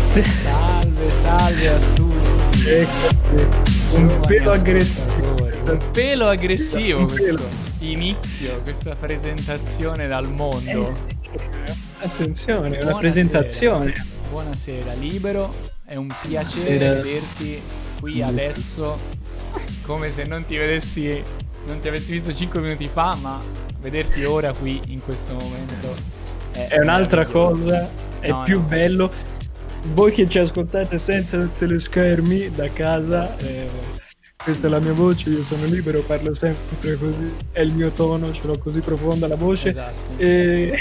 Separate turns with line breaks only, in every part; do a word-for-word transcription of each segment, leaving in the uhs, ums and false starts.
Salve, salve a tutti.
Eccoci. Un pelo aggressivo.
Un pelo aggressivo
Un
questo
pelo.
inizio, questa presentazione dal mondo.
Eh, sì. Attenzione, è una
Buonasera.
presentazione.
Buonasera, Libero. È un piacere
Buonasera.
vederti qui adesso, come se non ti vedessi, non ti avessi visto cinque minuti fa, ma vederti ora qui in questo momento è,
È un'altra
meraviglioso.
cosa, è
No,
più
no.
bello. Voi che ci ascoltate senza teleschermi da casa, eh, questa è la mia voce, io sono libero, parlo sempre così, è il mio tono, ce l'ho così profonda la voce.
Esatto.
E...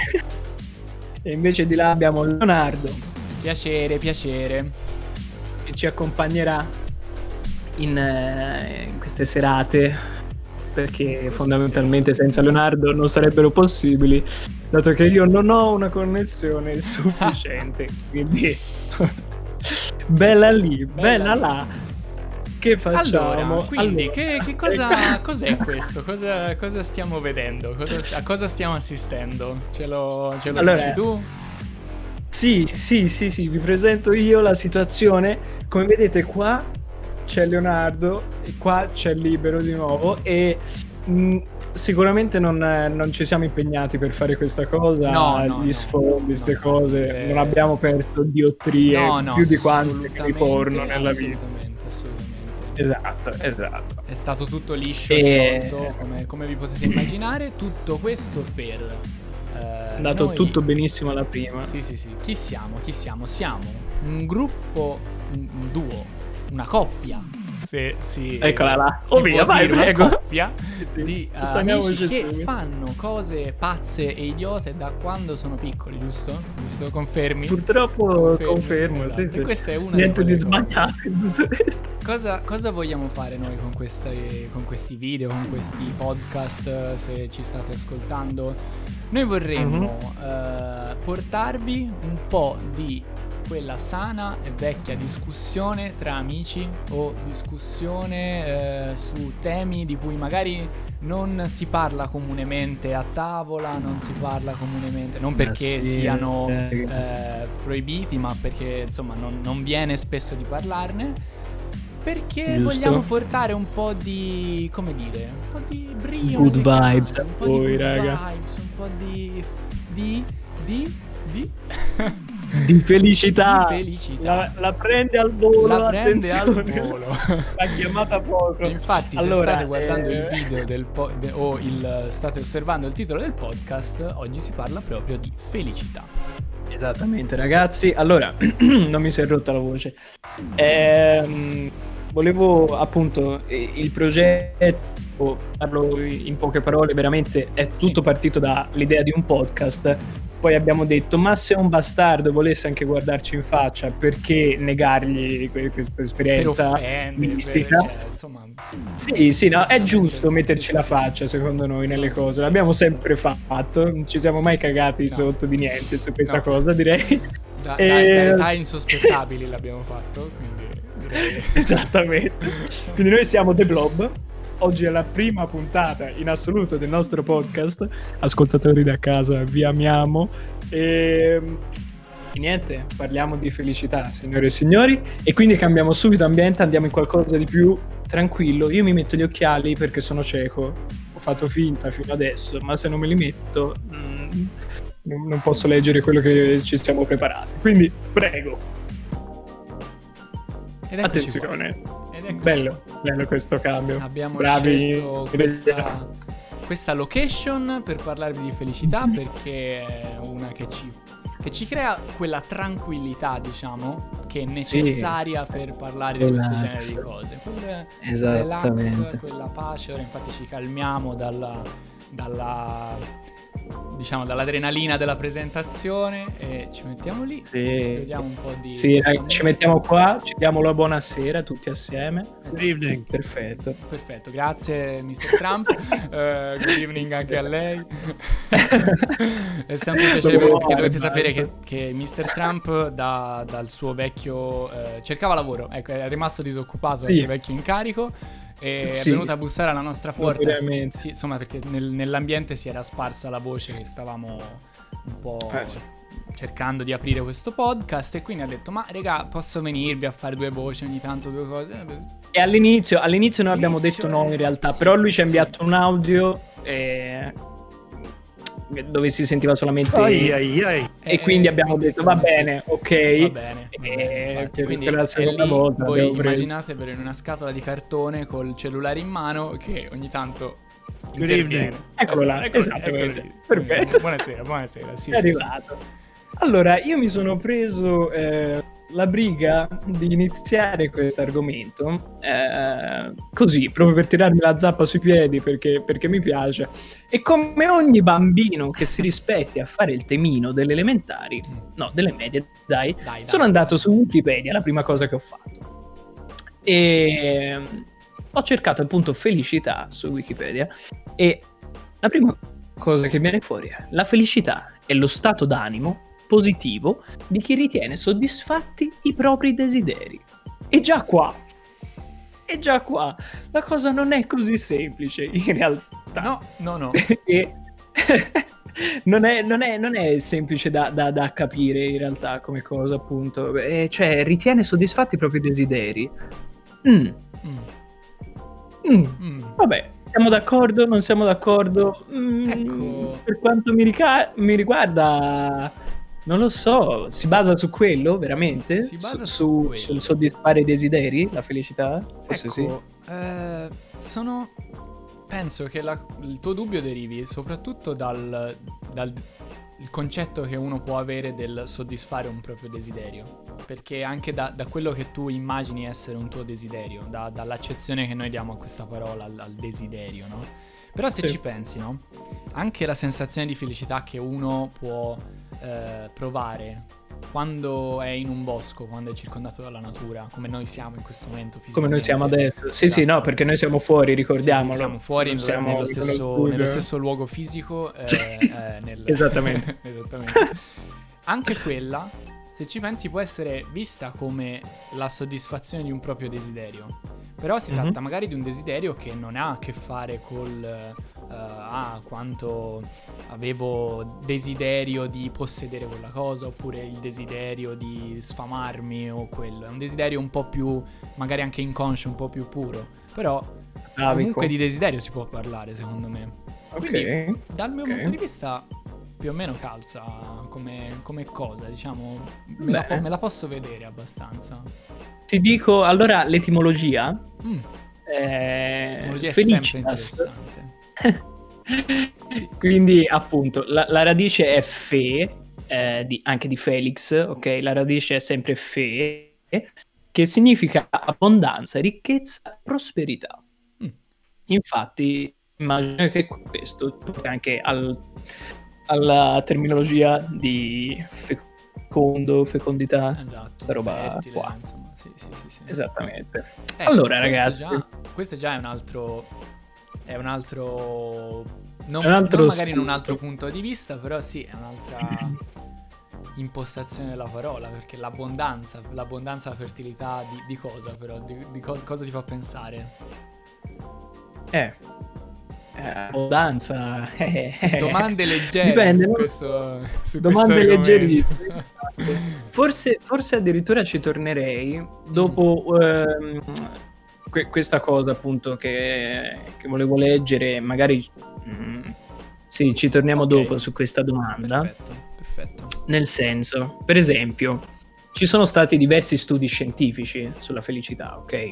e invece di là abbiamo Leonardo
Piacere, piacere.
che ci accompagnerà in, eh, in queste serate, perché fondamentalmente senza Leonardo non sarebbero possibili, dato che io non ho una connessione sufficiente. Quindi bella lì, bella,
Bella
là. Che facciamo?
Allora, quindi
Allora,
che, che cosa cos'è questo? Cosa, cosa stiamo vedendo? Cosa- a cosa stiamo assistendo? Ce lo, ce lo
Allora,
dici tu?
Sì, sì, sì, sì, vi presento io la situazione. Come vedete qua c'è Leonardo e qua c'è Libero di nuovo e mh, sicuramente non, non ci siamo impegnati per fare questa cosa,
No, no,
gli
no.
sfondi, queste
No,
cose,
eh,
non abbiamo perso diottrie
No, no,
più di quante nei
assolutamente,
porno nella vita.
assolutamente, assolutamente.
Esatto, esatto.
È stato tutto liscio,
E-
sciolto, come, come vi potete immaginare. Tutto questo per... eh,
È andato
noi-
tutto benissimo alla prima.
Sì, sì, sì. Chi siamo? Chi siamo? Siamo un gruppo, un, un duo, una coppia. Se si,
Eccola là.
si
Oh via,
può
vai,
dire, una
prego.
coppia
Sì,
di eh,
sputtaniamoci
amici che
subito.
fanno cose pazze e idiote da quando sono piccoli, giusto? Giusto? Confermi?
Purtroppo
Confermi,
confermo,
esatto.
sì,
E
sì.
questa è una
Niente
di
di
quelle cose.
sbagliato in tutto questo.
Cosa, cosa vogliamo fare noi con, queste, con questi video, con questi podcast, eh, se ci state ascoltando? Noi vorremmo eh, portarvi un po' di quella sana e vecchia discussione tra amici o discussione eh, su temi di cui magari non si parla comunemente a tavola, non si parla comunemente, non perché
sì,
siano
eh.
eh, proibiti, ma perché insomma non, non viene spesso di parlarne. Perché
Giusto.
vogliamo portare un po' di, come dire, un po' di brio
Good
nelle
vibes
case,
a
un po'
voi,
di good
raga.
vibes, un po' di di di di
Di felicità.
Di felicità.
La, la prende al volo,
La prende al
attenzione.
volo.
L'ha chiamata poco.
E infatti, se
Allora,
state guardando
eh,
il video del po- de- o il, state osservando il titolo del podcast, oggi si parla proprio di felicità.
Esattamente, ragazzi. Allora, non mi si è rotta la voce. Ehm, volevo appunto eh, il progetto, parlo in poche parole, veramente è
Sì.
tutto partito dall'idea di un podcast. Poi abbiamo detto, ma se un bastardo volesse anche guardarci in faccia, perché negargli que- questa
Per
esperienza
offendere,
mistica?
cioè, insomma,
Sì, sì, no, è
giustamente,
giusto metterci
sì, sì,
la
sì,
faccia,
sì.
secondo noi,
Sì,
nelle cose.
sì.
L'abbiamo sempre fatto, non ci siamo mai cagati
No.
sotto di niente su questa
No.
cosa, direi.
Da,
E-
da, da età insospettabili l'abbiamo fatto, quindi direi...
Esattamente. Quindi noi siamo The Blob. Oggi è la prima puntata in assoluto del nostro podcast. Ascoltatori da casa, vi amiamo. E, e niente, parliamo di felicità, signore e signori. E quindi cambiamo subito ambiente, andiamo in qualcosa di più tranquillo. Io mi metto gli occhiali perché sono cieco. Ho fatto finta fino adesso, ma se non me li metto mm, non, non posso leggere quello che ci siamo preparati. Quindi, prego.
Ed eccoci
Attenzione.
qua. Ed eccoci
Bello, bello questo cambio.
qua. Abbiamo
Bravi.
scelto questa, questa location per parlarvi di felicità perché è una che ci, che ci crea quella tranquillità, diciamo, che è necessaria per parlare di questo
Relax.
genere di cose. Quel
Esattamente.
relax, quella pace. Ora infatti ci calmiamo dalla, dalla diciamo dall'adrenalina della presentazione e ci mettiamo lì.
Sì.
Ci vediamo un po' di
Sì,
questa
dai, ci
musica.
mettiamo qua, ci diamo la buonasera tutti assieme.
Esatto.
Good evening.
Perfetto.
Perfetto, grazie mister Trump. Eh, good evening anche a lei. È sempre un piacere
Dovevo
perché
fare,
dovete sapere che,
basta.
che mister Trump da- dal suo vecchio eh, cercava lavoro, ecco, è rimasto disoccupato dal
Sì.
suo vecchio incarico e
Sì.
è venuto a bussare alla nostra porta.
Notoriamente.
Sì, insomma, perché nel- nell'ambiente si era sparsa la voce che stavamo un po'
Eh, sì.
cercando di aprire questo podcast, e quindi ha detto ma raga, posso venirvi a fare due voci ogni tanto, due cose.
E all'inizio, all'inizio noi abbiamo
Inizio,
detto no in realtà,
sì,
però lui ci ha
sì.
inviato un audio eh, dove si sentiva solamente
Ai, ai, ai.
e
Eh,
quindi abbiamo
quindi,
detto va
insomma, sì.
bene, ok,
Va bene, va bene,
eh,
infatti.
per-
Quindi
per la
è
seconda
lì,
volta
voi
abbiamo preso-
immaginatevelo in una scatola di cartone col cellulare in mano che ogni tanto
Good
interviene.
evening.
Eccolo là,
Eccolo-
esattamente.
eccolo lì.
Perfetto.
Buonasera, buonasera. Sì,
è
sì, sì.
arrivato. Allora, io mi sono preso eh, la briga di iniziare questo argomento eh, così, proprio per tirarmi la zappa sui piedi, perché, perché mi piace. E come ogni bambino che si rispetti a fare il temino delle elementari, no, delle medie, dai,
Dai, dai.
sono andato su Wikipedia, la prima cosa che ho fatto. E mm, ho cercato appunto felicità su Wikipedia e la prima cosa che viene fuori è: la felicità è lo stato d'animo positivo di chi ritiene soddisfatti i propri desideri. E già qua, e già qua, la cosa non è così semplice in realtà.
No, no, no.
E non, è, non, è, non è semplice da, da, da capire in realtà come cosa, appunto. Eh, cioè, ritiene soddisfatti i propri desideri. Mm.
Mm.
Mm.
Mm.
Vabbè, siamo d'accordo? Non siamo d'accordo? Mm,
Ecco.
Per quanto mi, rica- mi riguarda, non lo so, si basa su quello veramente?
Si basa su
su,
quello.
sul soddisfare i desideri, la felicità? Forse
Ecco,
sì.
eh, sono... Penso che la- il tuo dubbio derivi soprattutto dal, dal il concetto che uno può avere del soddisfare un proprio desiderio. Perché anche da, da quello che tu immagini essere un tuo desiderio, da- dall'accezione che noi diamo a questa parola, al, al desiderio, no? Però se
Sì.
ci pensi, no? Anche la sensazione di felicità che uno può eh, provare quando è in un bosco, quando è circondato dalla natura, come noi siamo in questo momento
Come noi siamo
fisicamente.
adesso. Sì, sì, no,
Esatto.
perché noi siamo fuori, ricordiamolo.
Sì, sì, siamo fuori
Non
nello,
siamo
nello
in
stesso,
studio.
nello stesso luogo fisico. eh, eh, nel-
Esattamente.
Esattamente. Anche quella, se ci pensi, può essere vista come la soddisfazione di un proprio desiderio. Però si
Mhm.
tratta magari di un desiderio che non ha a che fare col eh, ah, quanto avevo desiderio di possedere quella cosa, oppure il desiderio di sfamarmi o quello. È un desiderio un po' più, magari anche inconscio, un po' più puro. Però
Atavico.
comunque di desiderio si può parlare, secondo me. Quindi,
Ok.
dal mio
ok.
punto di vista, più o meno calza come, come cosa, diciamo. Me la,
Beh.
po- me la posso vedere abbastanza.
Ti dico allora l'etimologia.
Mm,
Eh,
l'etimologia è sempre
felicitas.
interessante.
Quindi appunto la, la radice è fe, eh, di- anche di Felix, ok? La radice è sempre fe, che significa abbondanza, ricchezza, prosperità.
Mm.
Infatti immagino che questo anche al- alla terminologia di fecondo, fecondità,
Esatto.
sta roba
fertile,
qua.
insomma. Sì, sì, sì, sì.
Esattamente.
Ecco,
Allora,
questo
ragazzi,
già- questo già è un altro. È un altro. Non,
È un altro
non magari in un
spunto.
altro punto di vista, però sì, è un'altra impostazione della parola. Perché l'abbondanza, l'abbondanza, la fertilità di, di cosa, però? Di, di co- cosa ti fa pensare?
eh, eh, abbondanza. eh, eh.
Domande leggere
Dipende,
su
no?
questo, su
Domande
questo argomento.
leggerissime. Forse, forse addirittura ci tornerei dopo ehm, que- questa cosa appunto che, che volevo leggere. Magari mm, sì, ci torniamo
Ok.
dopo su questa domanda.
Perfetto, perfetto.
Nel senso, per esempio, ci sono stati diversi studi scientifici sulla felicità, ok? Eh,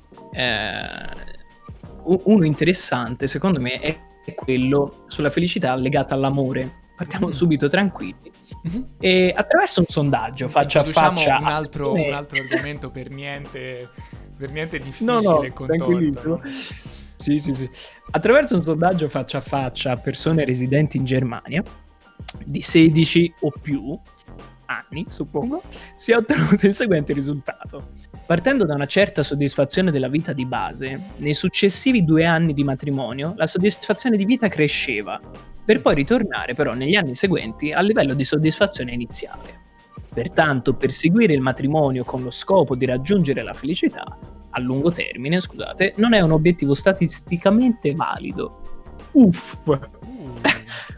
u- uno interessante, secondo me, è è quello sulla felicità legata all'amore. Partiamo
Mm.
subito tranquilli.
Mhm.
E attraverso un sondaggio faccia a
Introduciamo
faccia
un altro,
a-
un altro argomento per niente, per niente
No,
difficile
no,
e contorto,
tranquillissimo.
no?
Sì, sì, sì. Attraverso un sondaggio faccia a faccia a persone residenti in Germania di sedici o più anni, suppongo, si è ottenuto il seguente risultato. Partendo da una certa soddisfazione della vita di base, nei successivi due anni di matrimonio la soddisfazione di vita cresceva, per poi ritornare però negli anni seguenti al livello di soddisfazione iniziale. Pertanto, perseguire il matrimonio con lo scopo di raggiungere la felicità a lungo termine, scusate, non è un obiettivo statisticamente valido. Uff.
Uh,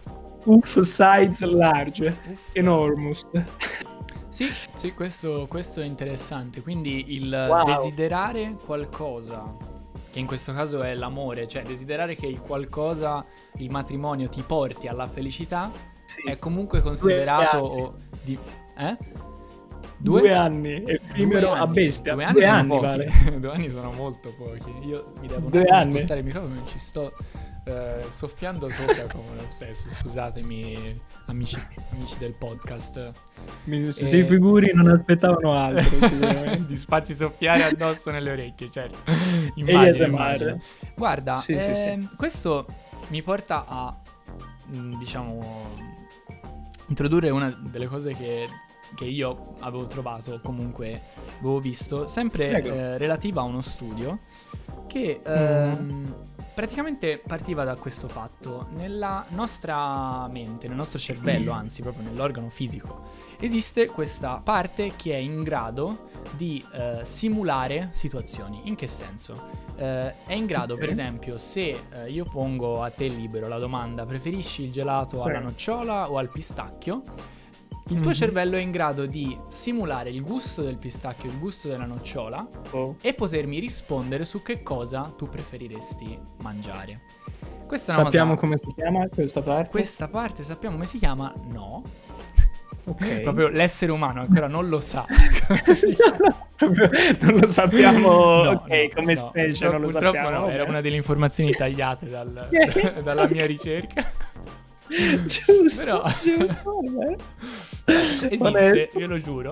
Uff size large,
Uff.
enormous.
Sì, sì, questo, questo è interessante. Quindi il
Wow.
desiderare qualcosa, che in questo caso è l'amore, cioè desiderare che il qualcosa, il matrimonio ti porti alla felicità,
Sì.
è comunque considerato
Due anni.
o di eh?
Due,
Due?
anni, effimero
Due
a
anni.
bestia.
Due anni
Due
sono
anni,
pochi.
vale.
Due anni sono molto pochi. Io mi devo un
Due
attimo
anni?
spostare il microfono, non ci sto eh, soffiando sopra come lo stesso. Scusatemi, amici, amici del podcast.
Mi, se
Eh,
si figuri non aspettavano altro, sicuramente.
di farsi soffiare addosso nelle orecchie, certo.
E
Immagino,
gli
immagino. Guarda,
Sì, sì, sì.
ehm, questo mi porta a, mh, diciamo, introdurre una delle cose che, che io avevo trovato, o comunque avevo visto, sempre
Prego.
eh, relativa a uno studio che
Mm.
ehm, praticamente partiva da questo fatto. Nella nostra mente, nel nostro cervello, anzi proprio nell'organo fisico, esiste questa parte che è in grado di eh, simulare situazioni. In che senso? Eh, è in grado,
Ok.
per esempio, se eh, io pongo a te libero la domanda: preferisci il gelato alla
Sì.
nocciola o al pistacchio? Il tuo
Mhm.
cervello è in grado di simulare il gusto del pistacchio e il gusto della nocciola
Oh.
e potermi rispondere su che cosa tu preferiresti mangiare. Questa è una
Sappiamo
cosa...
come si chiama questa parte?
Questa parte sappiamo come si chiama? No.
Ok.
Proprio l'essere umano ancora non lo sa.
Proprio non lo sappiamo,
No,
ok,
no,
come
no.
specie non lo
Purtroppo
sappiamo.
no, era
vabbè.
una delle informazioni tagliate dal- dalla mia ricerca.
Giusto,
Però
giusto, vabbè.
esiste,
Onesto.
io lo giuro.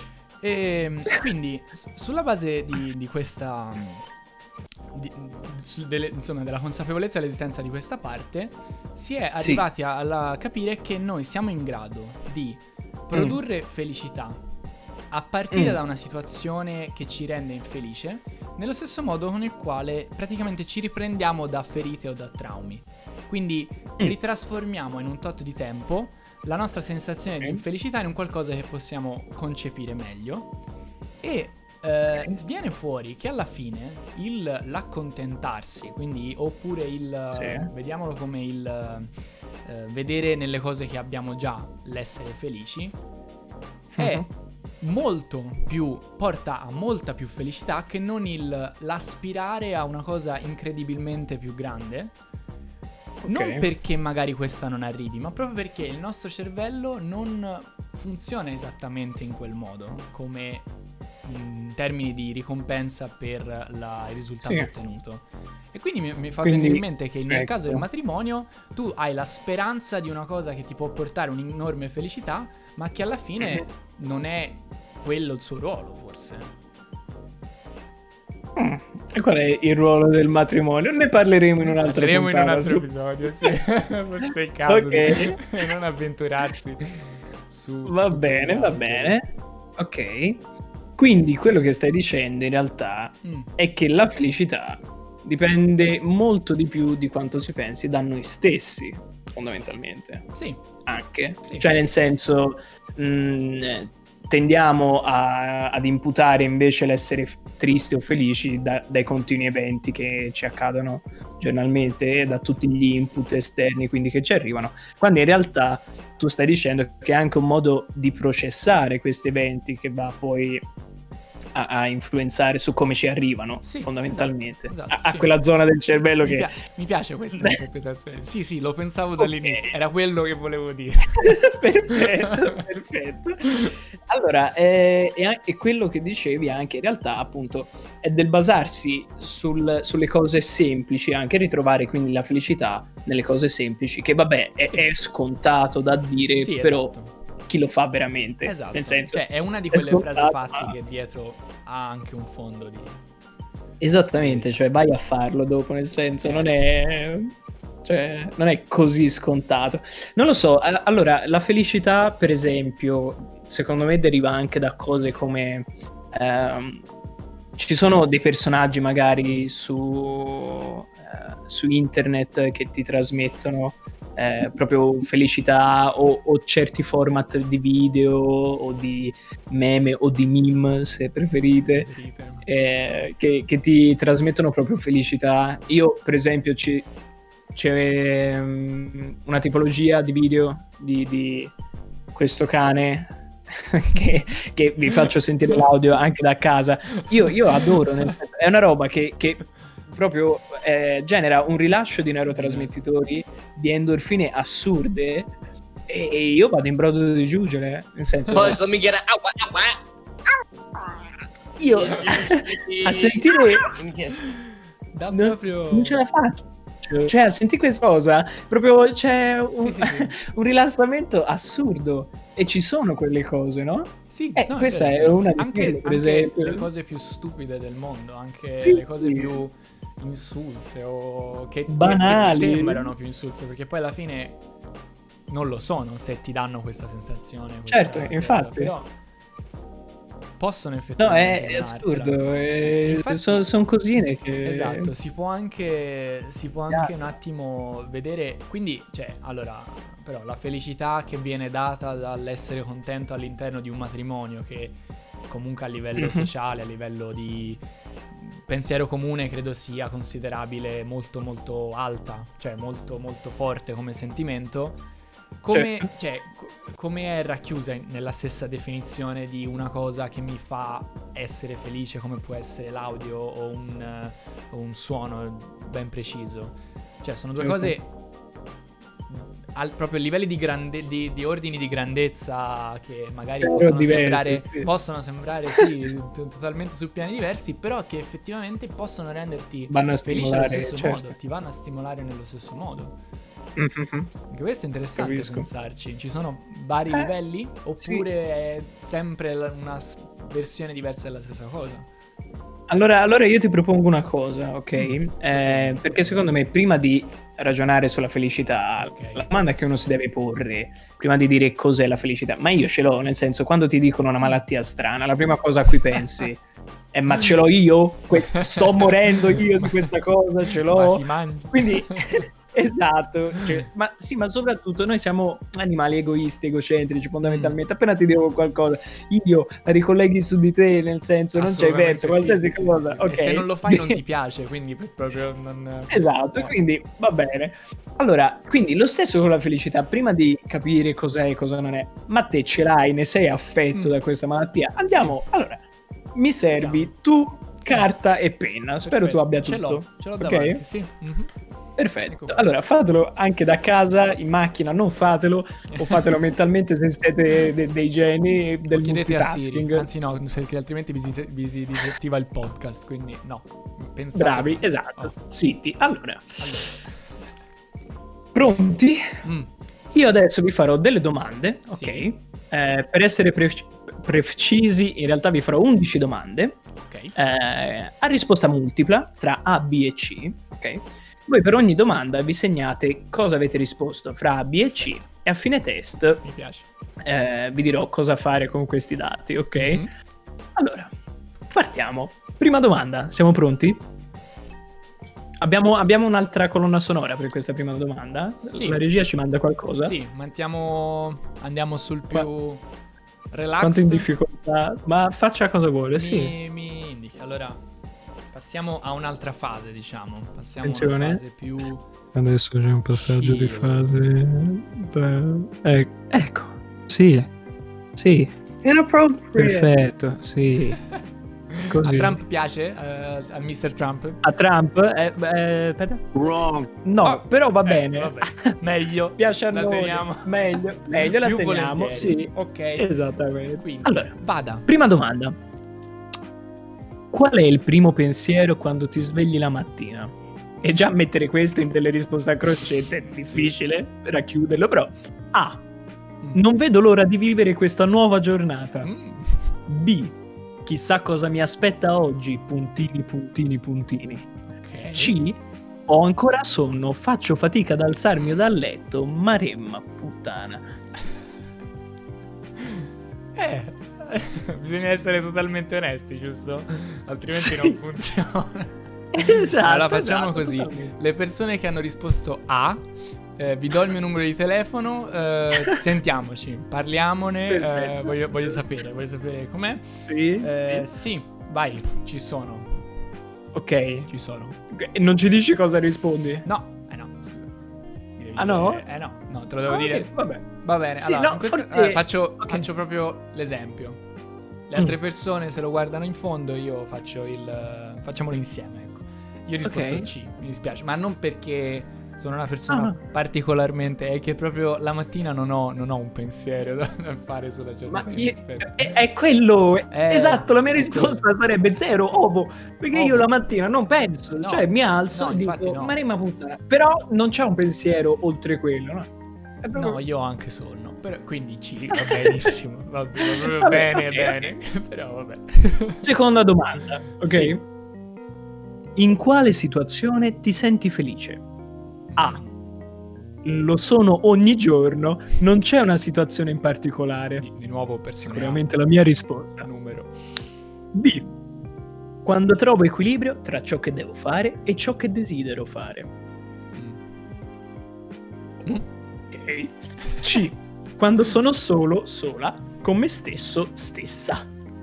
E quindi s- sulla base di, di questa di- su- delle- insomma della consapevolezza dell'esistenza di questa parte, si è
Sì.
arrivati a, alla- capire che noi siamo in grado di produrre felicità a partire
Mm.
da una situazione che ci rende infelice, nello stesso modo con il quale praticamente ci riprendiamo da ferite o da traumi. Quindi ritrasformiamo in un tot di tempo la nostra sensazione di
Ok.
infelicità in un qualcosa che possiamo concepire meglio e eh, viene fuori che alla fine il l'accontentarsi, quindi oppure il
Sì.
vediamolo come il eh, vedere nelle cose che abbiamo già l'essere felici è
Mhm.
molto più porta a molta più felicità che non il l'aspirare a una cosa incredibilmente più grande. Non
Ok.
perché magari questa non arrivi, ma proprio perché il nostro cervello non funziona esattamente in quel modo, come in termini di ricompensa per la- il risultato
Sì.
ottenuto. E quindi mi, mi fa
Quindi,
venire in mente che nel
ecco.
caso del matrimonio tu hai la speranza di una cosa che ti può portare un'enorme felicità, ma che alla fine non è quello il suo ruolo, forse.
Mm. E qual è il ruolo del matrimonio? Ne parleremo in un'altra
Parleremo in un
puntata,
altro
su-
episodio, sì. Forse è il caso
Ok.
di non avventurarsi su...
Va
su
bene,
quegli
va
alberi.
bene. Ok. Quindi quello che stai dicendo in realtà
Mm.
è che la felicità dipende molto di più di quanto si pensi da noi stessi, fondamentalmente.
Sì,
Anche.
Sì.
Cioè, nel senso, mh, tendiamo a- ad imputare invece l'essere f- tristi o felici da- dai continui eventi che ci accadono giornalmente e da tutti gli input esterni quindi che ci arrivano, quando in realtà tu stai dicendo che è anche un modo di processare questi eventi che va poi a, a influenzare su come ci arrivano,
Sì,
fondamentalmente,
esatto,
a,
esatto,
a
sì.
quella zona del cervello
mi,
che...
pia- mi piace questa interpretazione. Sì, sì, lo pensavo
Ok.
dall'inizio, era quello che volevo dire.
Perfetto, perfetto. Allora, eh, e, an- e quello che dicevi anche in realtà appunto è del basarsi sul- sulle cose semplici, anche ritrovare quindi la felicità nelle cose semplici, che vabbè è,
Sì.
è scontato da dire,
Sì,
però
esatto.
chi lo fa veramente?
Esatto.
Nel senso,
Cioè, è una di
è
quelle frasi
scontato,
fatte
ma-
che dietro ha anche un fondo di...
Esattamente, cioè vai a farlo dopo, nel senso non è, cioè, non è così scontato. Non lo so, a- allora la felicità per esempio secondo me deriva anche da cose come ehm, ci sono dei personaggi magari su, eh, su internet che ti trasmettono eh, proprio felicità o, o certi format di video o di meme o di meme se preferite eh, che, che ti trasmettono proprio felicità. Io per esempio ci, c'è um, una tipologia di video di, di questo cane che, che vi faccio sentire l'audio anche da casa. Io, io adoro, nel senso, è una roba che, che proprio eh, genera un rilascio di neurotrasmettitori, di endorfine assurde, e io vado in brodo di giuggiole, nel senso,
Poi fammi chiedere,
io a sentire
Da
non,
proprio...
non ce la faccio, cioè a sentire questa cosa proprio c'è un,
Sì, sì, sì.
un rilassamento assurdo, e ci sono quelle cose, no?
Sì,
Eh,
no,
questa
vero,
è
vero.
una di
anche,
quelle, per
anche
esempio.
le cose più stupide del mondo, anche
Sì,
le cose
sì.
più insulse o che, che-
Banali.
che ti sembrano più insulse, perché poi alla fine non lo sono se ti danno questa sensazione. questa-
Certo, infatti.
Però possono
No,
effettivamente
è, è
donartela.
assurdo, è-
Infatti-
sono son cosine che...
Esatto, si può anche si può anche un attimo vedere, quindi cioè, allora, però la felicità che viene data dall'essere contento all'interno di un matrimonio, che comunque a livello
Mhm.
sociale, a livello di pensiero comune, credo sia considerabile molto molto alta, cioè molto molto forte come sentimento. Come,
Certo.
cioè, co- come è racchiusa in- nella stessa definizione di una cosa che mi fa essere felice, come può essere l'audio o un, eh, o un suono ben preciso. Cioè, sono due
Certo.
cose al proprio livelli di, grande, di, di ordini di grandezza che magari
Però
possono
diversi,
sembrare,
sì.
possono sembrare sì, t- totalmente su piani diversi, però che effettivamente possono renderti
Vanno a
felice allo
stimolare,
stesso
certo.
modo, ti vanno a stimolare nello stesso modo.
Mhm.
Anche questo è interessante
Capisco.
pensarci. Ci sono vari
Eh,
livelli? Oppure è sempre la- una s- versione diversa della stessa cosa?
Allora, allora io ti propongo una cosa, ok?
Mm.
Eh, perché secondo me prima di ragionare sulla felicità,
Ok.
la domanda che uno si deve porre, prima di dire cos'è la felicità, ma io ce l'ho, nel senso, quando ti dicono una malattia strana, la prima cosa a cui pensi è: ma ce l'ho io? Que- sto morendo io di questa cosa? Ce l'ho?
Ma si mangia.
Quindi, esatto, cioè, ma sì, ma soprattutto noi siamo animali egoisti, egocentrici, fondamentalmente. Appena ti dico qualcosa, io la ricolleghi su di te, nel senso, non c'è
Assolutamente
verso,
sì,
qualsiasi
sì,
cosa,
sì, sì.
ok?
E se non lo fai non ti piace, quindi per- proprio non...
Esatto,
no.
quindi va bene. Allora, quindi lo stesso con la felicità, prima di capire cos'è e cosa non è, ma te ce l'hai, ne sei affetto
Mm.
da questa malattia? Andiamo, allora, mi servi
Andiamo.
tu, carta e penna, spero tu
Perfetto,
abbia
ce
tutto.
l'ho, ce l'ho
ok?
davanti, sì. Mhm.
Perfetto,
Ecco qua.
allora fatelo anche da casa, in macchina, non fatelo, o fatelo mentalmente se siete de- dei geni del
O chiedete a Siri,
multitasking.
anzi no, perché altrimenti vi si, vi si disattiva il podcast, quindi no. Pensate
Bravi,
bene.
esatto,
Oh,
siti. Allora,
allora.
pronti?
Mm,
Io adesso vi farò delle domande, ok?
Sì.
Eh, per essere pre- precisi, in realtà vi farò undici domande
ok.
eh, a risposta multipla tra A, B e C, ok? Voi per ogni domanda vi segnate cosa avete risposto fra A, B e C, e a fine test
Mi piace.
eh, vi dirò cosa fare con questi dati, ok?
Mhm.
Allora, partiamo. Prima domanda, siamo pronti? Abbiamo, abbiamo un'altra colonna sonora per questa prima domanda?
Sì.
La regia ci manda qualcosa?
Sì, mantiamo, andiamo sul più relax.
Quanto in difficoltà? Ma faccia cosa vuole,
mi,
sì.
mi indichi. Allora, passiamo a un'altra fase, diciamo. Passiamo a
Attenzione.
una fase più...
Adesso c'è un passaggio
di
fase. Ecco, sì, sì. Inappropriate. Perfetto, sì. Così.
A Trump piace? Eh, a mister Trump?
A Trump? Eh, eh, aspetta.
Wrong.
No,
Oh,
però va
eh,
bene.
vabbè. Meglio.
Piace a
La
noi.
teniamo.
Meglio, meglio la
Più
teniamo.
volentieri.
Sì,
Ok.
esattamente.
Quindi,
Allora,
vada.
prima domanda. Qual è il primo pensiero quando ti svegli la mattina? E già mettere questo in delle risposte a crocette è difficile racchiuderlo, però A.
Mm.
Non vedo l'ora di vivere questa nuova giornata.
Mm.
B. Chissà cosa mi aspetta oggi, puntini, puntini, puntini.
Ok.
C. Ho ancora sonno, faccio fatica ad alzarmi dal letto, maremma puttana.
Eh, bisogna essere totalmente onesti, giusto? Altrimenti
Sì.
non funziona.
Esatto.
Allora facciamo
esatto,
così.
totalmente.
Le persone che hanno risposto A, eh, vi do il mio numero di telefono, eh, sentiamoci, parliamone, eh,
Perfetto.
voglio, voglio sapere, voglio sapere com'è.
Sì,
Eh,
sì.
sì, vai, ci sono,
Ok.
ci sono.
Ok, non ci dici cosa rispondi?
No, eh no, scusa.
Ah no?
Eh no, no, te lo devo
Ah,
dire.
ok, vabbè.
Va bene,
Sì,
allora,
no,
in questo-
forse-
allora, faccio,
ok.
faccio proprio l'esempio. Le altre
Mm.
persone se lo guardano in fondo, io faccio il... facciamolo insieme, ecco. Io ho risposto
Ok.
C, mi dispiace, ma non perché sono una persona
Ah, no.
particolarmente... è che proprio la mattina non ho, non ho un pensiero da, da fare sulla giornata
Ma
che mi
io-
aspetta.
è, è quello,
Eh,
esatto, la mia
è
risposta
quello.
sarebbe zero, ovo, perché io
Ovo.
la mattina non penso,
No,
cioè mi alzo
no,
e
infatti
dico,
no.
ma rima puttana, però non c'è un pensiero oltre quello, no? È proprio-
No, io ho anche sonno, però, quindi C, va benissimo, va, va proprio
Vabbè,
bene,
ok,
bene, però vabbè.
Seconda domanda, ok?
Sì.
In quale situazione ti senti felice? A.
Mm.
Lo sono ogni giorno, non c'è una situazione in particolare.
Di, di nuovo persone
Sicuramente la mia risposta.
A, numero.
B. Quando trovo equilibrio tra ciò che devo fare e ciò che desidero fare.
Mm.
Ok. C. Quando sono solo, sola, con me stesso, stessa.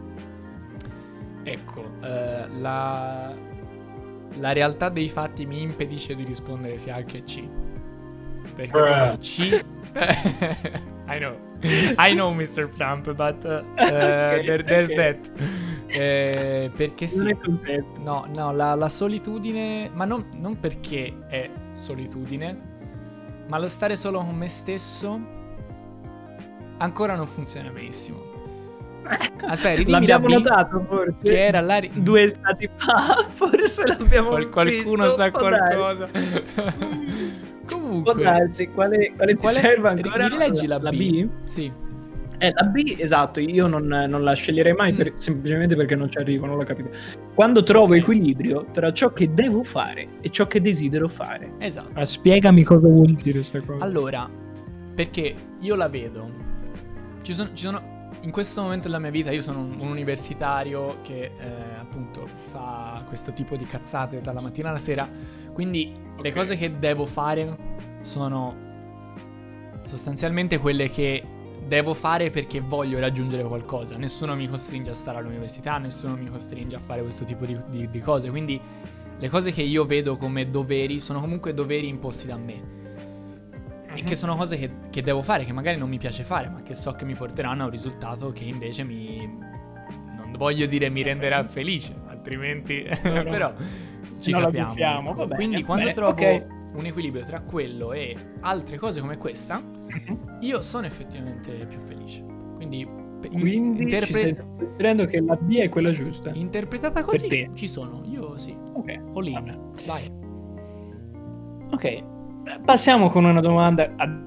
Ecco, eh, la, la realtà dei fatti mi impedisce di rispondere sia A che C. Perché
Bruh.
C... I know, I know mister Trump, but uh,
Ok,
there, there's
ok.
that. Eh, perché
Non
sì,
è contento.
no, no, la, la solitudine, ma non, non perché è solitudine, ma lo stare solo con me stesso ancora non funziona benissimo. Aspetta, ridimmi
L'abbiamo
la B,
notato forse
che era la ri-
due stati fa, forse l'abbiamo
Qual- qualcuno
visto,
sa
può
qualcosa.
darsi. Può
Comunque,
darsi, quale, quale ti
qual è-
serve
ri-
ancora?
mi rileggi la,
la
B?
B?
Sì.
Eh, la B, esatto, io non, non la sceglierei mai
Mm.
per- semplicemente perché non ci arrivo, non la capite. Quando trovo
Ok.
equilibrio tra ciò che devo fare e ciò che desidero fare.
Esatto.
Ma spiegami cosa vuol dire questa cosa.
Allora, perché io la vedo. Ci sono, ci sono in questo momento della mia vita io sono un, un universitario che eh, appunto fa questo tipo di cazzate dalla mattina alla sera. Quindi le
Ok.
cose che devo fare sono sostanzialmente quelle che devo fare perché voglio raggiungere qualcosa. Nessuno mi costringe a stare all'università, nessuno mi costringe a fare questo tipo di, di, di cose. Quindi le cose che io vedo come doveri sono comunque doveri imposti da me. E che sono cose che, che devo fare, che magari non mi piace fare, ma che so che mi porteranno a un risultato che invece mi... non voglio dire mi renderà felice, altrimenti...
No, no.
però ci
No, la
capiamo.
buffiamo,
ecco.
va bene,
Quindi
va
quando
bene,
trovo
ok.
un equilibrio tra quello e altre cose come questa, io sono effettivamente più felice. Quindi, pe- in-
Quindi
interpre-
ci stai dicendo che la B è quella giusta.
interpretata
Per
così
te.
ci sono, io sì.
Ok.
All in. Vai.
Ok. Passiamo con una domanda. a-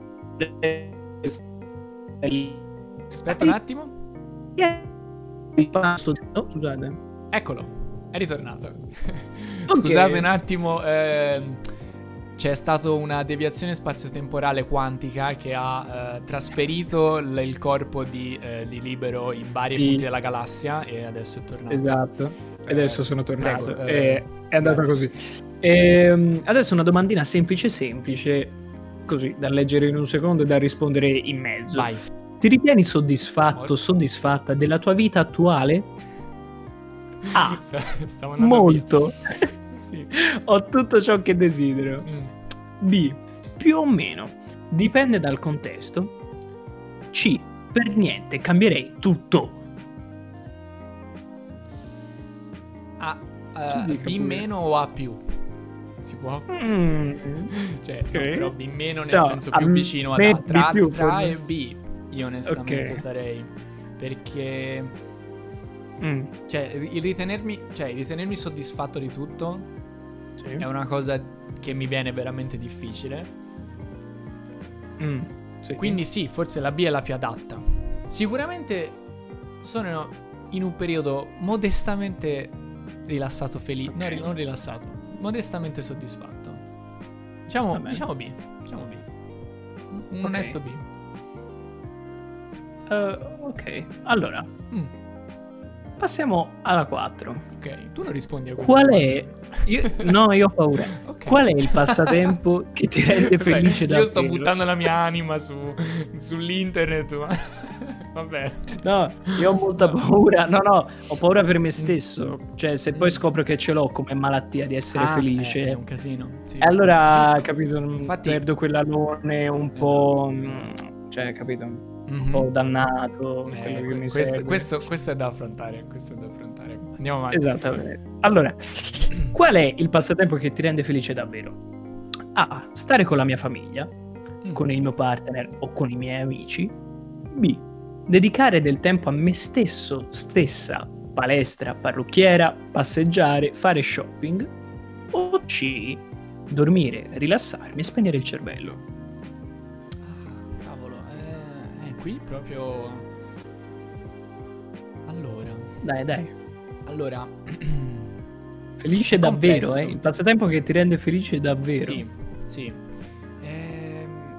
Aspetta un attimo.
Oh, scusate.
Eccolo, è ritornato.
Ok.
Scusate un attimo, ehm, c'è stata una deviazione spazio-temporale quantica che ha eh, trasferito l- il corpo di, eh, di Libero in vari
Sì.
punti della galassia e adesso è tornato.
Esatto. E adesso
Eh,
sono tornato.
prego,
E-
eh,
è andata
grazie.
così. Ehm, adesso una domandina semplice semplice, così da leggere in un secondo e da rispondere in mezzo.
Vai.
Ti ritieni soddisfatto,
Molto.
soddisfatta della tua vita attuale? A.
Sta- Stavo andando
Molto.
via. Sì.
Ho tutto ciò che desidero.
Mm.
B. Più o meno. Dipende dal contesto. C. Per niente, cambierei tutto.
A,
Tu
eh,
dica
B
pure.
meno o A più? Si può?
Mm.
Cioè,
Ok.
no, però B meno nel
No,
senso
a
più
me-
vicino ad
me
A.
B
Tra,
più,
tra A
forse.
e B io onestamente
Ok.
sarei. Perché...
Mm.
Cioè, il ritenermi, cioè, il ritenermi soddisfatto di tutto
Sì.
è una cosa che mi viene veramente difficile.
Mm. Sì.
Quindi sì, forse la B è la più adatta. Sicuramente sono in un periodo modestamente rilassato, felice. No, ri- non rilassato, modestamente soddisfatto. Diciamo,
Va bene.
diciamo B. Diciamo B. Un
Ok.
onesto B.
Eh, ok, allora
Mm.
passiamo alla quattro.
Ok, tu non rispondi a quello.
Qual è? Io, no, io ho paura. Okay. Qual è il passatempo che ti rende felice davvero?
Io sto buttando la mia anima su, sull'internet, ma vabbè.
No, io ho molta paura. No, no, ho paura per me stesso. Cioè, se poi scopro che ce l'ho come malattia di essere
ah,
felice,
è un casino. Sì.
E allora, capito,
Infatti,
perdo quell'alone un
esatto,
po',
esatto.
Cioè, capito, un
mm-hmm.
po' dannato.
Eh,
quello che mi
questo, questo, questo è da affrontare. Questo è da affrontare. Andiamo avanti.
Esattamente. Allora, qual è il passatempo che ti rende felice davvero? A. Stare con la mia famiglia, mm. con il mio partner o con i miei amici. B. Dedicare del tempo a me stesso, stessa, palestra, parrucchiera, passeggiare, fare shopping. O C. Dormire, rilassarmi e spegnere il cervello.
Ah, cavolo, eh, eh, qui proprio... Allora...
Dai, dai.
Allora...
Felice
è
davvero,
complesso.
eh? Il passatempo che ti rende felice davvero.
Sì, sì. Ehm...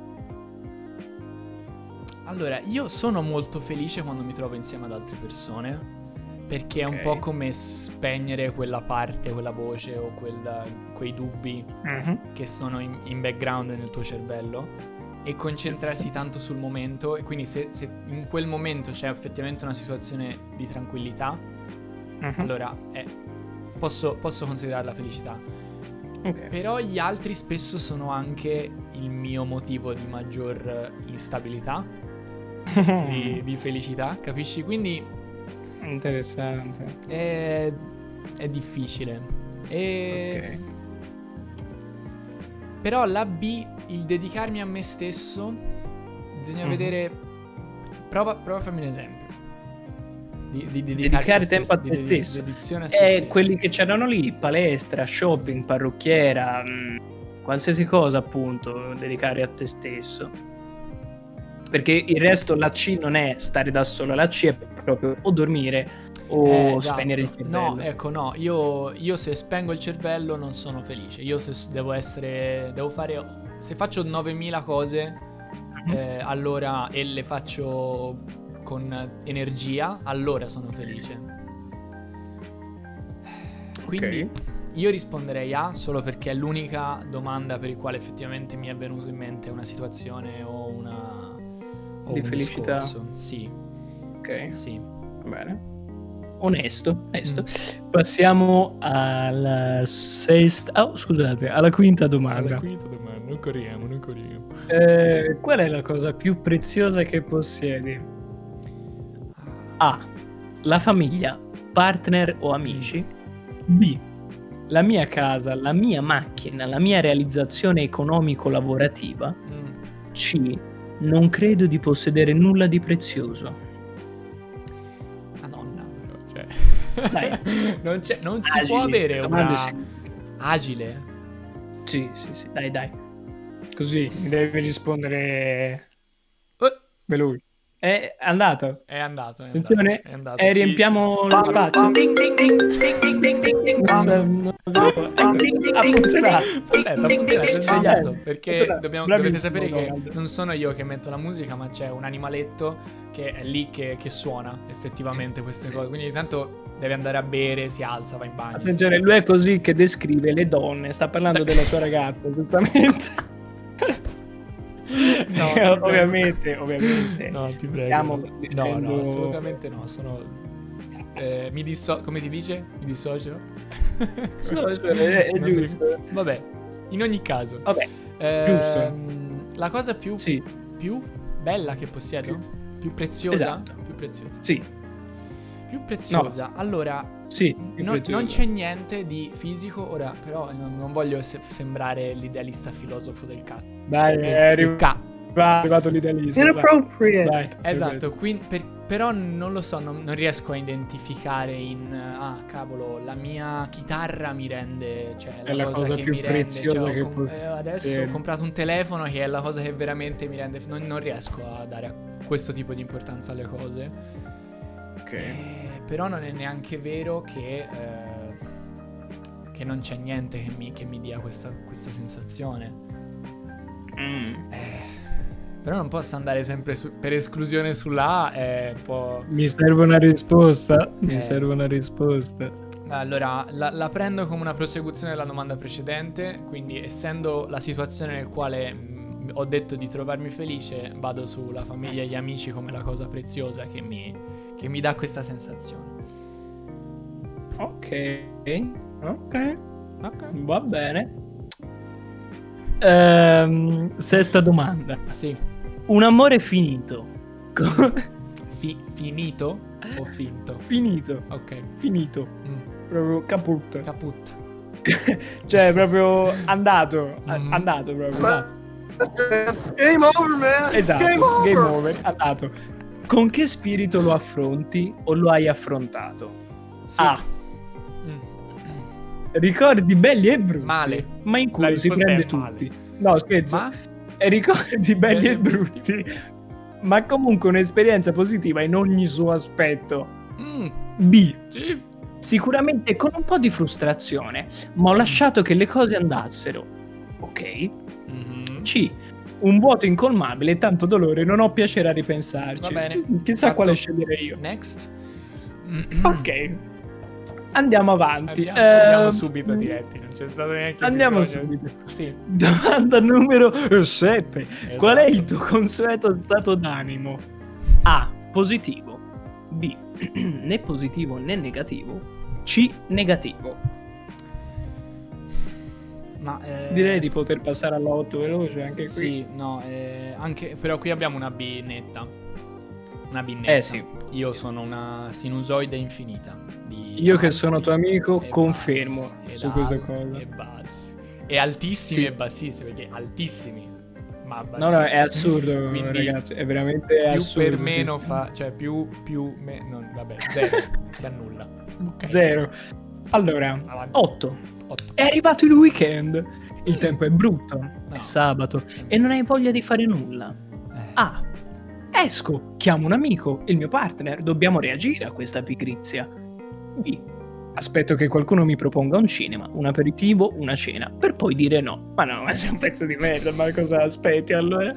Allora, io sono molto felice quando mi trovo insieme ad altre persone, perché okay. è un po' come spegnere quella parte, quella voce o quella, quei dubbi uh-huh. che sono in, in background nel tuo cervello, e concentrarsi tanto sul momento. E quindi se, se in quel momento c'è effettivamente una situazione di tranquillità, uh-huh. allora è, posso, posso considerarla felicità. Okay. Però gli altri spesso sono anche il mio motivo di maggior instabilità, di, di felicità, capisci? Quindi
interessante.
È, è difficile. E...
Ok.
Però la B, il dedicarmi a me stesso, bisogna mm-hmm. vedere. Prova, prova a farmi un esempio. Di, di, di
dedicare tempo a te
di,
stesso.
Di, di a
e eh, quelli che c'erano lì, palestra, shopping, parrucchiera, mh, qualsiasi cosa appunto, dedicare a te stesso. Perché il resto, la C non è stare da solo, la C è proprio o dormire o
eh, esatto. spegnere
il cervello.
No, ecco, no, io, io se spengo il cervello non sono felice. Io se devo essere, devo fare, se faccio novemila cose, mm-hmm. eh, allora, e le faccio con energia, allora sono felice. Quindi okay. io risponderei A solo perché è l'unica domanda per il quale effettivamente mi è venuto in mente una situazione o una...
di felicità.
Discorso. Sì.
Ok.
Sì.
Va bene. Onesto, onesto. Mm. Passiamo alla sesta. Oh, scusate, alla quinta domanda.
Alla quinta domanda. Non corriamo, non corriamo.
Eh, qual è la cosa più preziosa che possiedi? A. La famiglia, partner o amici. B. La mia casa, la mia macchina, la mia realizzazione economico-lavorativa. Mm. C. Non credo di possedere nulla di prezioso.
Madonna, cioè...
Dai.
non, c'è, non si
Agili,
può avere una...
Sì.
Agile?
Sì, sì, sì, dai, dai. Così mi devi rispondere...
Uh.
Beh, lui. È andato.
È andato, è
Attenzione,
andato. È andato.
E riempiamo lo spazio. Ha funzionato.
Perfetto, ha funzionato, è svegliato. Perché dobbiamo, dovete sapere che non sono io che metto la musica, ma c'è un animaletto che è lì che, che suona effettivamente queste cose. Quindi tanto deve andare a bere, si alza, va in bagno.
Attenzione, lui è così che descrive le donne. Sta parlando della sua ragazza, giustamente. No, eh, ovviamente, ovviamente.
No, ti prego.
Stiamo
no, no, assolutamente no. Sono. Eh, mi disso. Come si dice? Mi dissocio?
No, è, è giusto.
Mi... Vabbè, in ogni caso.
Vabbè,
eh,
giusto.
La cosa più,
sì.
più bella che possiedo? Più, più preziosa?
Esatto.
Più preziosa.
Sì.
Più preziosa. No. Allora,
sì,
non, non c'è niente di fisico. Ora, però, non, non voglio se- sembrare l'idealista filosofo del cazzo.
Dai,
del,
è
del ca-
arrivato l'idealismo.
Inappropriate.
Dai,
esatto, quindi, per, però non lo so, non, non riesco a identificare in ah cavolo, la mia chitarra mi rende, cioè
è
la,
la
cosa,
cosa
che
più
mi rende,
preziosa
cioè,
che
com-
posso.
eh, adesso
eh.
ho comprato un telefono che è la cosa che veramente mi rende, non, non riesco a dare a questo tipo di importanza alle cose.
Ok.
Eh, però non è neanche vero che eh, che non c'è niente che mi, che mi dia questa, questa sensazione.
Mm.
Eh, Però non posso andare sempre su, per esclusione sulla A, è un po'...
Mi serve una risposta. Mi
Eh.
serve una risposta.
Allora, la, la prendo come una prosecuzione della domanda precedente, quindi essendo la situazione nel quale mh, ho detto di trovarmi felice, vado sulla famiglia e gli amici come la cosa preziosa che mi, che mi dà questa sensazione.
Ok, ok,
Ok.
va bene. Ehm, sesta domanda.
Sì.
Un amore finito. Co-
Fi- finito o finto?
finito,
Ok.
finito.
Mm.
Proprio caput.
Caput.
Cioè, proprio andato. a-
Mhm.
Andato proprio.
Andato.
Game over, man.
Esatto,
Game over.
game over, andato. Con che spirito lo affronti o lo hai affrontato?
Sì.
A.
Mm.
Ricordi belli e brutti.
Male.
Ma in
La
culo si
risposta
prende
è male.
tutti. No, scherzo.
Ma?
E ricordi belli e brutti. Ma comunque un'esperienza positiva in ogni suo aspetto.
Mm.
B.
Sì.
Sicuramente con un po' di frustrazione, ma ho lasciato che le cose andassero. Ok.
Mhm.
C. Un vuoto incolmabile e tanto dolore, non ho piacere a ripensarci.
Va bene.
Chissà
Fatto.
quale sceglierei io.
Next.
Ok. Andiamo avanti.
Andiamo, andiamo
Ehm,
subito diretti, non c'è stato neanche
Andiamo
bisogno.
subito.
Sì.
Domanda numero sette.
Esatto.
Qual è il tuo consueto stato d'animo? A. Positivo. B. Né positivo né negativo. C. Negativo.
Ma eh,
Direi di poter passare alla otto veloce anche qui.
sì, no, eh, anche però qui abbiamo una B netta. Una B netta.
Eh sì.
Io sono una sinusoide infinita. Di
Io che
alti
sono tuo amico
e
confermo
bassi,
su
ed
questa
alti
cosa.
E bassi. E altissimi
Sì.
e bassissimi, perché altissimi. Ma
No, no, è
bassissimi.
assurdo,
Quindi
ragazzi, è veramente
più
assurdo.
per
sì.
meno fa, cioè più più me, non, vabbè, zero, si annulla. Ok.
Zero. Allora,
Avanti.
otto.
Otto.
È arrivato il weekend. Il tempo è brutto.
No.
È sabato. E non hai voglia di fare nulla.
Eh.
A. Esco, chiamo un amico, il mio partner. Dobbiamo reagire a questa pigrizia. B. Aspetto che qualcuno mi proponga un cinema, un aperitivo, una cena, per poi dire no. Ma no, ma sei un pezzo di merda, ma cosa aspetti allora?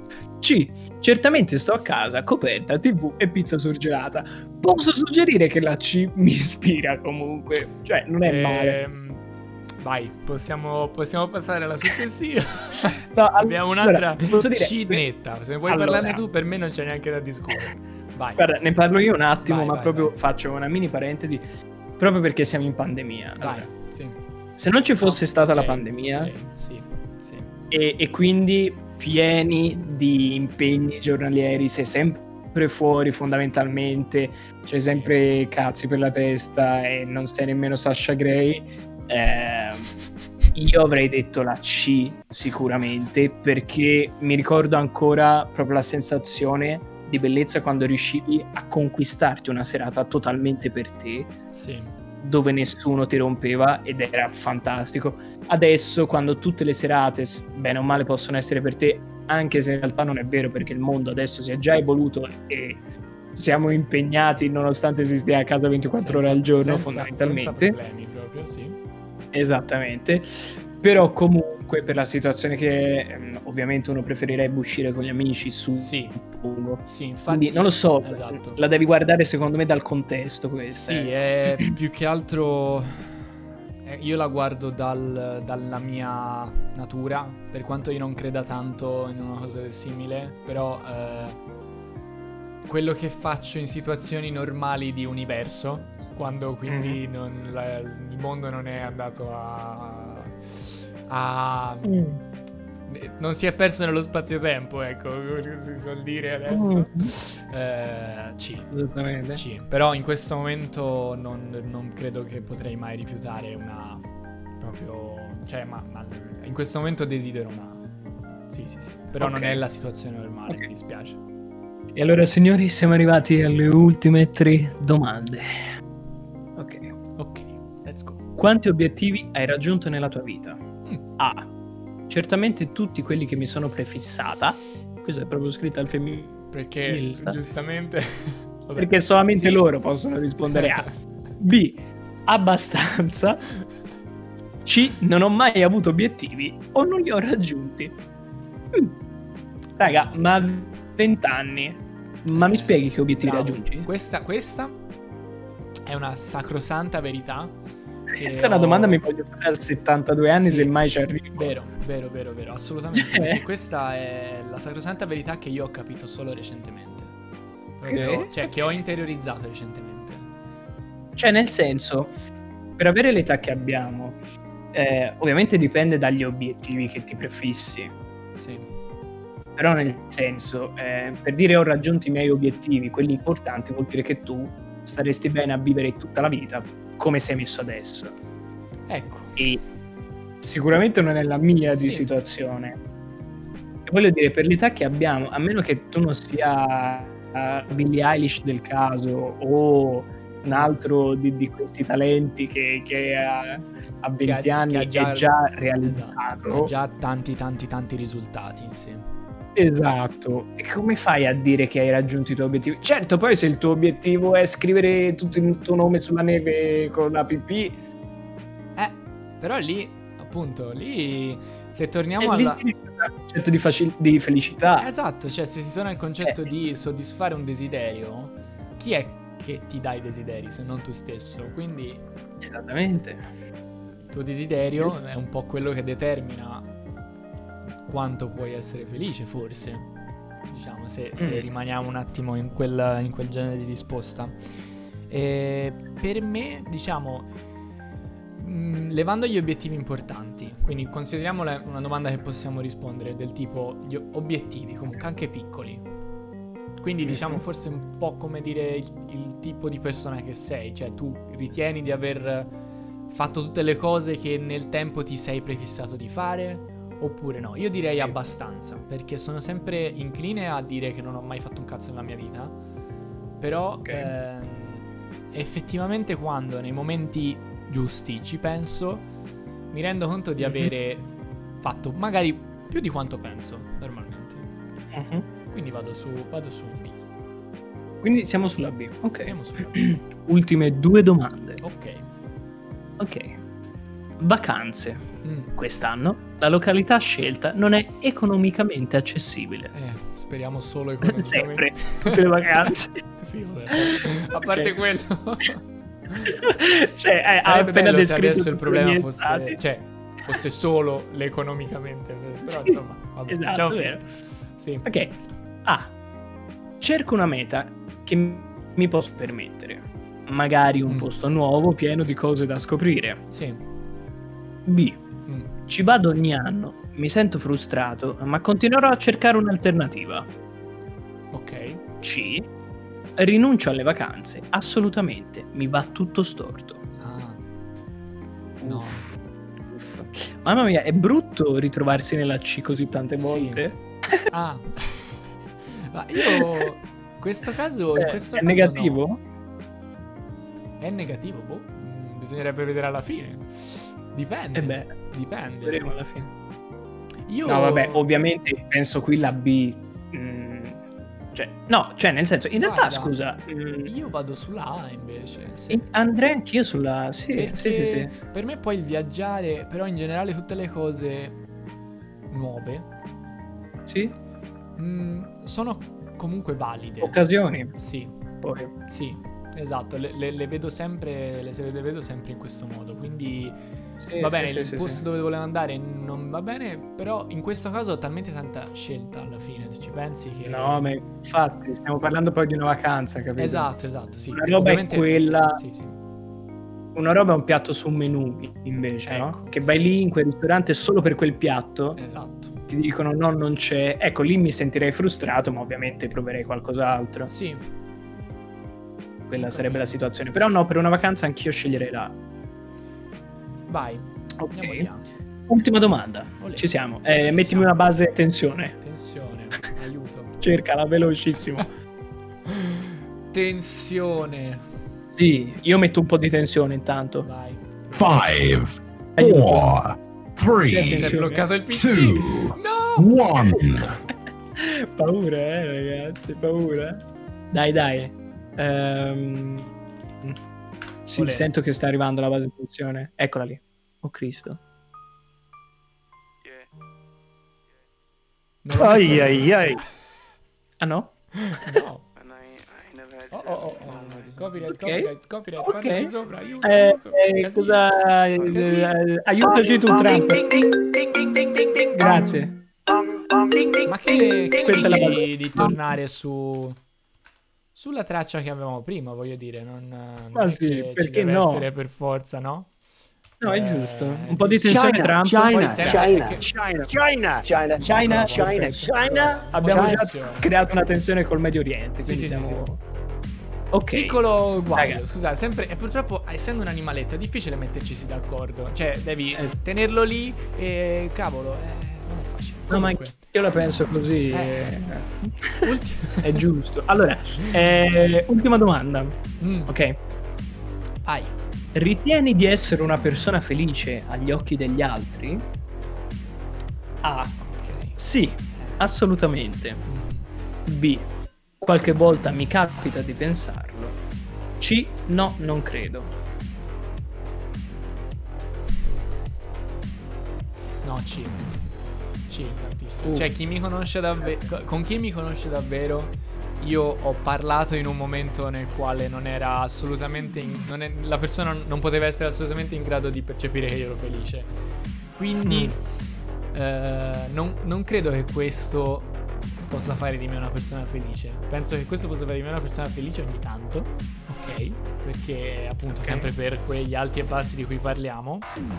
C. Certamente sto a casa, coperta, tv e pizza surgelata. Posso suggerire che la C mi ispira comunque. Cioè, non è male.
Ehm, Vai, possiamo, possiamo passare alla successiva.
No, al-
Abbiamo un'altra
allora, posso dire-
C netta. Se vuoi
Allora.
parlarne tu, per me non c'è neanche da discutere. Vai.
Guarda, ne parlo io un attimo,
Vai,
ma
vai,
proprio
vai.
faccio una mini parentesi. Proprio perché siamo in pandemia.
Vai,
Allora,
sì.
se non ci fosse
No,
stata
ok,
la pandemia
ok, sì, sì.
e, e quindi pieni di impegni giornalieri, sei sempre fuori fondamentalmente, c'è sempre cazzi per la testa e non sei nemmeno Sasha Grey, ehm, io avrei detto la C sicuramente, perché mi ricordo ancora proprio la sensazione di bellezza quando riuscivi a conquistarti una serata totalmente per te,
Sì.
dove nessuno ti rompeva, ed era fantastico. Adesso, quando tutte le serate, s- bene o male, possono essere per te, anche se in realtà non è vero, perché il mondo adesso si è già evoluto e siamo impegnati nonostante si stia a casa ventiquattro ore al giorno,
senza-
fondamentalmente.
Senza problemi proprio, sì.
Esattamente. Però comunque per la situazione che ehm, ovviamente uno preferirebbe uscire con gli amici su
Sì.
lungo.
Sì, infatti.
Quindi non lo so,
Esatto.
la devi guardare secondo me dal contesto questa.
Sì,
eh.
è più che altro eh, io la guardo dal- dalla mia natura, per quanto io non creda tanto in una cosa simile, però eh, quello che faccio in situazioni normali di universo, quando quindi non- la- il mondo non è andato a... a
Mm.
non si è perso nello spazio-tempo, ecco, come si suol dire adesso. Eh, C.
Esattamente.
Sì, però in questo momento non, non credo che potrei mai rifiutare una proprio, cioè, ma, ma in questo momento desidero una. Sì, sì, sì. Però
Ok.
non è la situazione normale,
Ok.
mi dispiace.
E allora signori siamo arrivati alle ultime tre domande. Ok.
Ok, let's go.
Quanti obiettivi hai raggiunto nella tua vita?
Mm.
A. Certamente tutti quelli che mi sono prefissata. Questo è proprio scritto al femminile.
Perché
Lista.
giustamente vabbè.
Perché solamente
Sì.
loro possono rispondere A. B. Abbastanza. C. Non ho mai avuto obiettivi o non li ho raggiunti. Mm. Raga, ma venti anni. Ma mi spieghi che obiettivi
Bravo.
raggiungi?
Questa, questa è una sacrosanta verità.
Questa è una domanda che mi voglio fare a settantadue anni,
Sì.
se mai ci arrivo.
Vero, vero, vero, vero, assolutamente. Perché questa è la sacrosanta verità che io ho capito solo recentemente. Proprio,
Ok.
cioè, che ho interiorizzato recentemente.
Cioè, nel senso, per avere l'età che abbiamo, eh, ovviamente dipende dagli obiettivi che ti prefissi.
Sì.
Però nel senso, eh, per dire ho raggiunto i miei obiettivi, quelli importanti, vuol dire che tu staresti bene a vivere tutta la vita come sei messo adesso.
Ecco.
E sicuramente non è la mia di
Sì.
situazione. E voglio dire, per l'età che abbiamo, a meno che tu non sia uh, Billie Eilish del caso o un altro di, di questi talenti che, che ha, a venti
Che ha-
anni
che ha
è
già-
già
Esatto,
realizzato.
ha già tanti, tanti, tanti risultati, sì.
Esatto. E come fai a dire che hai raggiunto i tuoi obiettivi? Certo, poi se il tuo obiettivo è scrivere tutto il tuo nome sulla neve con la pipì,
Eh, però lì, appunto, lì se torniamo
e lì
alla...
si ritorna al concetto di, facil- di felicità.
Esatto, cioè se si torna al concetto
Eh.
di soddisfare un desiderio, chi è che ti dà i desideri se non tu stesso? Quindi
Esattamente.
il tuo desiderio è un po' quello che determina quanto puoi essere felice, forse. Diciamo, se, se
Mm.
rimaniamo un attimo in quel, in quel genere di risposta. E per me, diciamo, mh, levando gli obiettivi importanti, quindi consideriamola una domanda che possiamo rispondere del tipo gli o- obiettivi, comunque anche piccoli. Quindi
Mhm.
diciamo forse un po' come dire il, il tipo di persona che sei, cioè tu ritieni di aver fatto tutte le cose che nel tempo ti sei prefissato di fare oppure no? Io direi abbastanza, perché sono sempre incline a dire che non ho mai fatto un cazzo nella mia vita, però
Ok.
ehm, effettivamente quando nei momenti giusti ci penso mi rendo conto di
Mhm.
avere fatto magari più di quanto penso normalmente.
Mhm.
Quindi vado su, vado su B.
Quindi siamo sulla B. Ok.
Siamo sulla B.
Ultime due domande.
Ok.
Ok. Vacanze.
Mm.
Quest'anno la località scelta non è economicamente accessibile.
Eh, speriamo solo economicamente.
Sempre. Tutte le vacanze.
Sì, vabbè. A parte
Ok.
quello.
Cioè, hai
Sarebbe
appena
bello se
descritto
adesso il
tutte le
problema
mie
fosse,
estati.
cioè, fosse solo l'economicamente. Però
Sì,
insomma, vabbè,
esatto,
facciamo
vero.
finta. Sì.
Ok. A. Cerco una meta che m- mi posso permettere. Magari un
Mm.
posto nuovo pieno di cose da scoprire.
Sì.
B.
Mm.
Ci vado ogni anno, mi sento frustrato, ma continuerò a cercare un'alternativa.
Ok.
C. Rinuncio alle vacanze, assolutamente, mi va tutto storto.
Ah. No.
Uff, uff. Mamma mia, è brutto ritrovarsi nella C così tante
Sì.
volte.
Ah. Ma io questo caso, in
Eh,
questo
è
caso
negativo?
no. È negativo, boh. Mm, Bisognerebbe vedere alla fine. Dipende.
Eh beh,
Dipende.
vedremo alla fine.
Io
No, vabbè, ovviamente penso qui la B. mm, cioè, no, cioè, nel senso, in realtà,
Guarda,
scusa, mm,
Io vado sulla A invece. Sì.
in- andrei anch'io sulla. Sì,
Perché
sì, sì, sì.
per me poi il viaggiare, però in generale tutte le cose nuove
Sì?
mm, sono comunque valide.
Occasioni.
Sì,
Poi.
sì, esatto, le, le- le vedo sempre, le, le vedo sempre in questo modo, quindi
Sì,
va
sì,
bene,
sì,
il
sì,
posto
sì.
dove volevo andare non va bene, però in questo caso ho talmente tanta scelta alla fine, se ci pensi che...
No, ma infatti, stiamo parlando poi di una vacanza, capito?
Esatto, esatto, sì.
Una roba è
Ovviamente,
quella.
Sì, sì, sì.
Una roba è un piatto su un menù, invece,
Ecco,
no? Che vai
sì.
lì in quel ristorante solo per quel piatto,
Esatto.
ti dicono no, non c'è. Ecco, lì mi sentirei frustrato, ma ovviamente proverei qualcos'altro.
Sì.
Quella
Ho
sarebbe la
capito.
situazione. Però no, per una vacanza anch'io sceglierei la.
Vai,
Ok.
andiamo di là.
Ultima domanda.
Olè.
Ci siamo. Eh,
Ci
mettimi
siamo.
una base tensione.
Tensione, aiuto.
Cercala velocissimo.
Tensione.
Sì, io metto un po' di tensione intanto.
Vai.
Five,
Aiuto.
four,
C'è
three,
Si è
tensione.
bloccato il P C.
two,
No!
one.
Paura, eh, ragazzi, paura. Dai, dai. Ehm, Sì,
Olè.
sento che sta arrivando la base di tensione. Eccola lì. Oh Cristo.
Non l'ho
Ai
messo-
ai ai.
Ah no?
No.
Oh, oh, oh, oh.
Copyright,
Ok.
copyright, copyright.
Ok.
Parlaci sopra, aiuto,
Eh,
aiuto.
eh,
Casino.
cosa... eh,
Casino.
aiutaci tu, Trump. Grazie.
Ma che, che
Questa è la
dici
base.
di, di tornare su sulla traccia che avevamo prima, voglio dire, non, non
Ma
è
sì,
che ci
perché
deve
no?
essere per forza, no?
No, è
Eh,
giusto. Un po' di
dici-
tensione,
China,
Trump.
China,
Poi sempre
China,
perché-
China, China,
China,
China,
China, China.
Abbiamo già
Attenzione.
creato una tensione col Medio Oriente,
Sì,
quindi
sì, sì,
siamo... Ok.
Piccolo guaio,
Raga.
scusate, sempre e purtroppo essendo un animaletto è difficile metterci d'accordo. Cioè, devi
Eh.
tenerlo lì e cavolo, eh, non è facile.
No, ma
Comunque,
io la penso così.
Eh.
eh.
ulti-
È giusto. Allora, eh, ultima domanda.
Mm,
Ok.
vai.
Ritieni di essere una persona felice agli occhi degli altri? A.
Ok.
Sì, assolutamente.
Mm.
B. Qualche volta mi capita di pensarlo. C. No, non credo.
No, C. C, tantissimo.
Uh.
Cioè, chi mi conosce davvero. Con chi mi conosce davvero, io ho parlato in un momento nel quale non era assolutamente. In- non è- la persona non poteva essere assolutamente in grado di percepire che io ero felice. Quindi, eh, non, non credo che questo possa fare di me una persona felice. Penso che questo possa fare di me una persona felice ogni tanto. Ok? Perché, appunto,
Ok.
sempre per quegli alti e bassi di cui parliamo.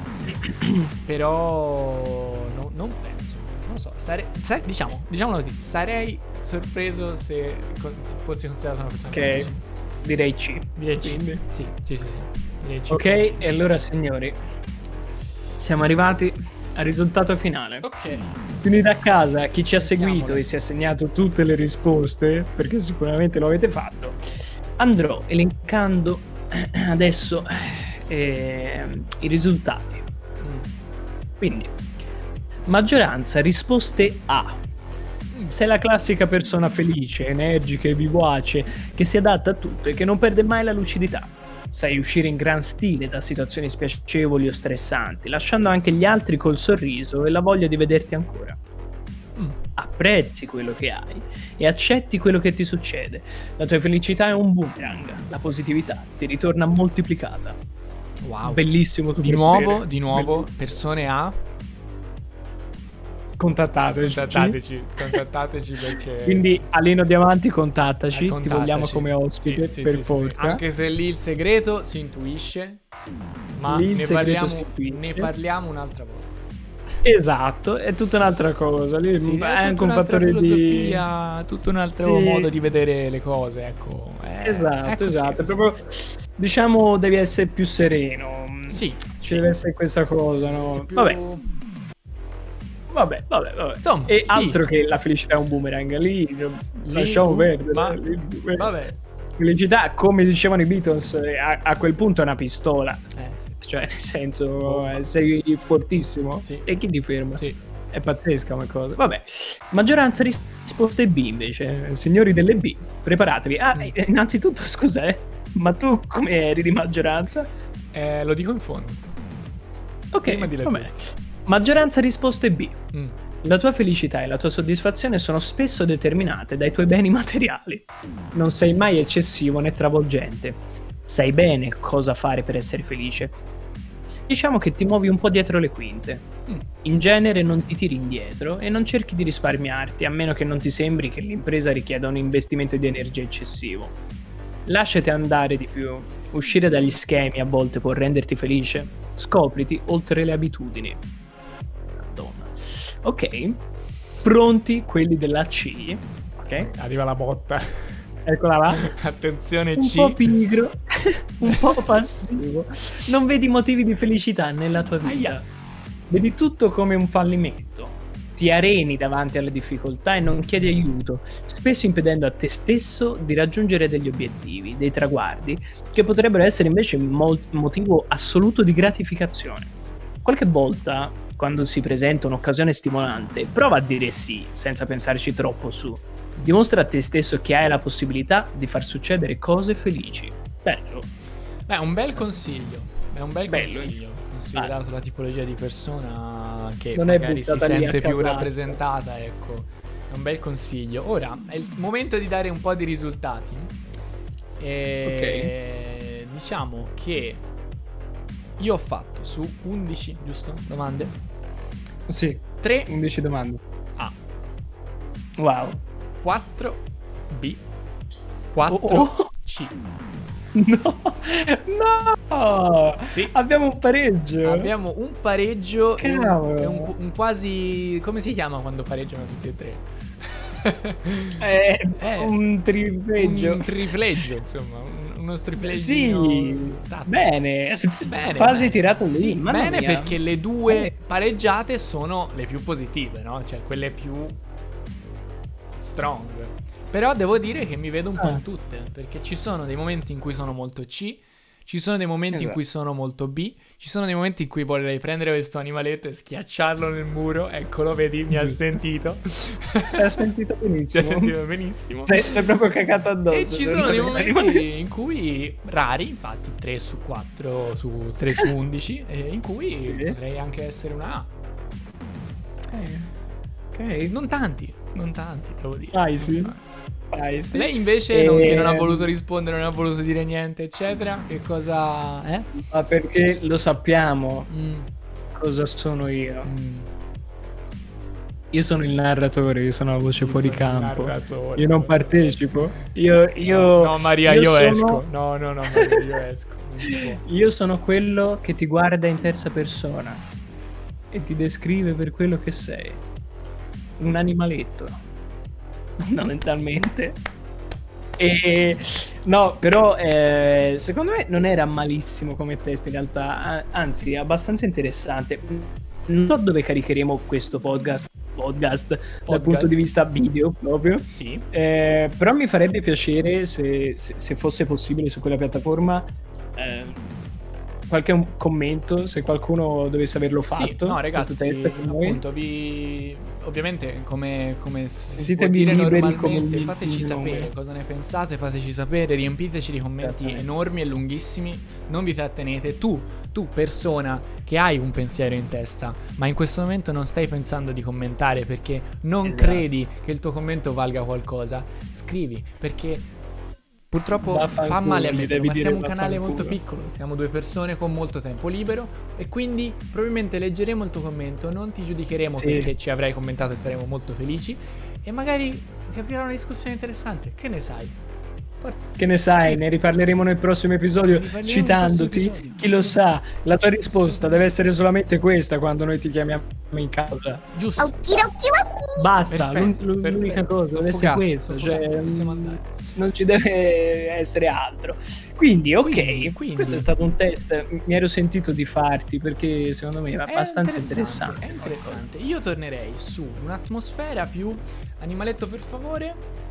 Però no- non penso, non lo so, sare- sa- diciamo, diciamolo così, sarei sorpreso se, con- se fossi considerato una persona
Ok.
felice.
Direi C.
Direi C.
Quindi.
Sì, sì, sì, sì. Direi C.
Ok, e allora signori, siamo arrivati al risultato finale.
Ok.
Quindi da casa, chi ci ha seguito
Vediamolo.
e si è segnato tutte le risposte, perché sicuramente lo avete fatto, andrò elencando adesso eh, i risultati.
Mm.
Quindi, maggioranza risposte A. Sei la classica persona felice, energica e vivace, che si adatta a tutto e che non perde mai la lucidità. Sai uscire in gran stile da situazioni spiacevoli o stressanti, lasciando anche gli altri col sorriso e la voglia di vederti ancora.
Mm.
Apprezzi quello che hai e accetti quello che ti succede. La tua felicità è un boomerang, la positività ti ritorna moltiplicata.
Wow.
Bellissimo
Di
superpotere.
nuovo, di nuovo,
Bellissimo.
persone A,
Contattateci.
contattateci, contattateci perché...
Quindi Alino Diamanti, contattaci,
Eh,
ti
contattaci.
vogliamo come ospite,
Sì, sì,
per
sì, sì,
forza.
sì. Anche se lì il segreto si intuisce, ma
Lì il
ne
segreto
parliamo,
si intuisce.
ne parliamo un'altra volta.
Esatto, è tutta un'altra cosa. Lì
Sì,
è
è
anche
tutta
un
un'altra
fattore di...
filosofia, tutto un altro
Sì.
modo di vedere le cose, ecco. Eh,
Esatto,
è così,
esatto.
è
È
così.
proprio, diciamo, devi essere più sereno.
Sì,
Ci
sì.
deve essere questa cosa,
Sì,
no?
più-
Vabbè, vabbè, vabbè, vabbè.
Insomma,
E
lì-
altro che la felicità è un boomerang, lì,
Lì,
lasciamo
uh,
perdere.
ma-
lì-
Vabbè.
Felicità, come dicevano i Beatles, eh, a, a quel punto è una pistola.
Eh, sì.
Cioè, nel senso,
Bomba.
eh, sei fortissimo.
Sì.
E chi ti ferma?
Sì.
È pazzesca come cosa. Vabbè, maggioranza ris- risposte B invece. Signori delle B, preparatevi. Ah,
Mm.
eh, innanzitutto, scusa, eh, ma tu come eri di maggioranza?
Eh, lo dico in fondo.
Ok,
Prima dille
va
tu.
bene. Maggioranza risposte B.
Mm.
La tua felicità e la tua soddisfazione sono spesso determinate dai tuoi beni materiali. Non sei mai eccessivo né travolgente. Sai bene cosa fare per essere felice. Diciamo che ti muovi un po' dietro le quinte.
Mm.
In genere non ti tiri indietro e non cerchi di risparmiarti, a meno che non ti sembri che l'impresa richieda un investimento di energia eccessivo. Lasciati andare di più. Uscire dagli schemi a volte può renderti felice. Scopriti oltre le abitudini. Madonna. Ok, pronti quelli della C. Ok,
Arriva la botta.
eccola là.
Attenzione,
Un
C.
po' pigro, un po' passivo. Non vedi motivi di felicità nella tua vita.
Aia.
Vedi tutto come un fallimento. Ti areni davanti alle difficoltà e non chiedi aiuto, spesso impedendo a te stesso di raggiungere degli obiettivi, dei traguardi, che potrebbero essere invece mol- motivo assoluto di gratificazione. Qualche volta, quando si presenta un'occasione stimolante, prova a dire sì, senza pensarci troppo su. Dimostra a te stesso che hai la possibilità di far succedere cose felici. Bello.
Beh, un bel consiglio. È un bel
Bello,
consiglio. considerato ah. la tipologia di persona che
non
magari si sente più
casata.
rappresentata, ecco, è un bel consiglio. Ora è il momento di dare un po' di risultati. E okay. Diciamo che io ho fatto su undici, giusto? Domande?
Sì,
tre
undici domande.
A.
Wow.
quattro B. quattro
oh.
C.
No, no,
sì.
Abbiamo un pareggio.
Abbiamo un pareggio e un,
un,
un, un quasi. Come si chiama quando pareggiano tutti e tre?
È
eh,
un tripleggio.
Un tripleggio, insomma, un, uno stripleggio.
Sì, bene.
bene.
Quasi
bene.
tirato lì.
Sì, bene
mia.
perché le due pareggiate sono le più positive, no? Cioè quelle più strong. Però devo dire che mi vedo un po' in tutte, perché ci sono dei momenti in cui sono molto C, ci sono dei momenti esatto. in cui sono molto B, ci sono dei momenti in cui vorrei prendere questo animaletto e schiacciarlo nel muro. Eccolo, vedi, mi ha sentito.
Mi ha sentito benissimo.
Mi ha sentito benissimo.
Sei, sei proprio cagato addosso.
E ci sono dei momenti in cui, rari, infatti tre su quattro, su tre su undici, e in cui sì. potrei anche essere una A.
Ok.
Non tanti, non tanti, devo dire.
Ah, sì. Ah, sì.
Lei invece e... non, che non ha voluto rispondere, non ha voluto dire niente, eccetera. Che cosa è?
Ma perché lo sappiamo
mm.
cosa sono io.
Mm.
Io sono il narratore, io sono la voce io fuori campo. Io non
fuori
partecipo. Io, io
no, no Maria, io,
io sono...
esco. No, no, no, Maria, io esco. Non si può.
Io sono quello che ti guarda in terza persona e ti descrive per quello che sei. Un animaletto. Fondamentalmente. E no, però eh, secondo me non era malissimo come test in realtà, anzi è abbastanza interessante. Non so dove caricheremo questo podcast podcast, podcast. dal punto di vista video proprio,
sì.
eh, però mi farebbe piacere se, se, se fosse possibile su quella piattaforma eh, qualche commento, se qualcuno dovesse averlo fatto.
Sì, no ragazzi,
test
appunto vi... ovviamente come, come si
può
dire normalmente,
come
fateci sapere nome. Cosa ne pensate, fateci sapere, riempiteci di commenti enormi e lunghissimi, non vi trattenete. Tu, tu persona che hai un pensiero in testa ma in questo momento non stai pensando di commentare perché non esatto. credi che il tuo commento valga qualcosa, scrivi, perché purtroppo Baffanculo, fa male a me, ma siamo un canale molto piccolo, siamo due persone con molto tempo libero e quindi probabilmente leggeremo il tuo commento, non ti giudicheremo sì. perché ci avrai commentato e saremo molto felici e magari si aprirà una discussione interessante, che ne sai? Forza.
Che ne sai, ne riparleremo nel prossimo episodio citandoti, episodio. Chi lo sa, la tua risposta deve essere solamente questa quando noi ti chiamiamo in causa.
Giusto.
Basta,
perfetto,
l'un-
perfetto.
l'unica cosa deve essere questo, cioè non ci deve essere altro. Quindi, ok,
quindi, quindi.
questo è stato un test, mi ero sentito di farti perché secondo me è abbastanza
interessante.
interessante.
È interessante. Io tornerei su un'atmosfera più animaletto per favore.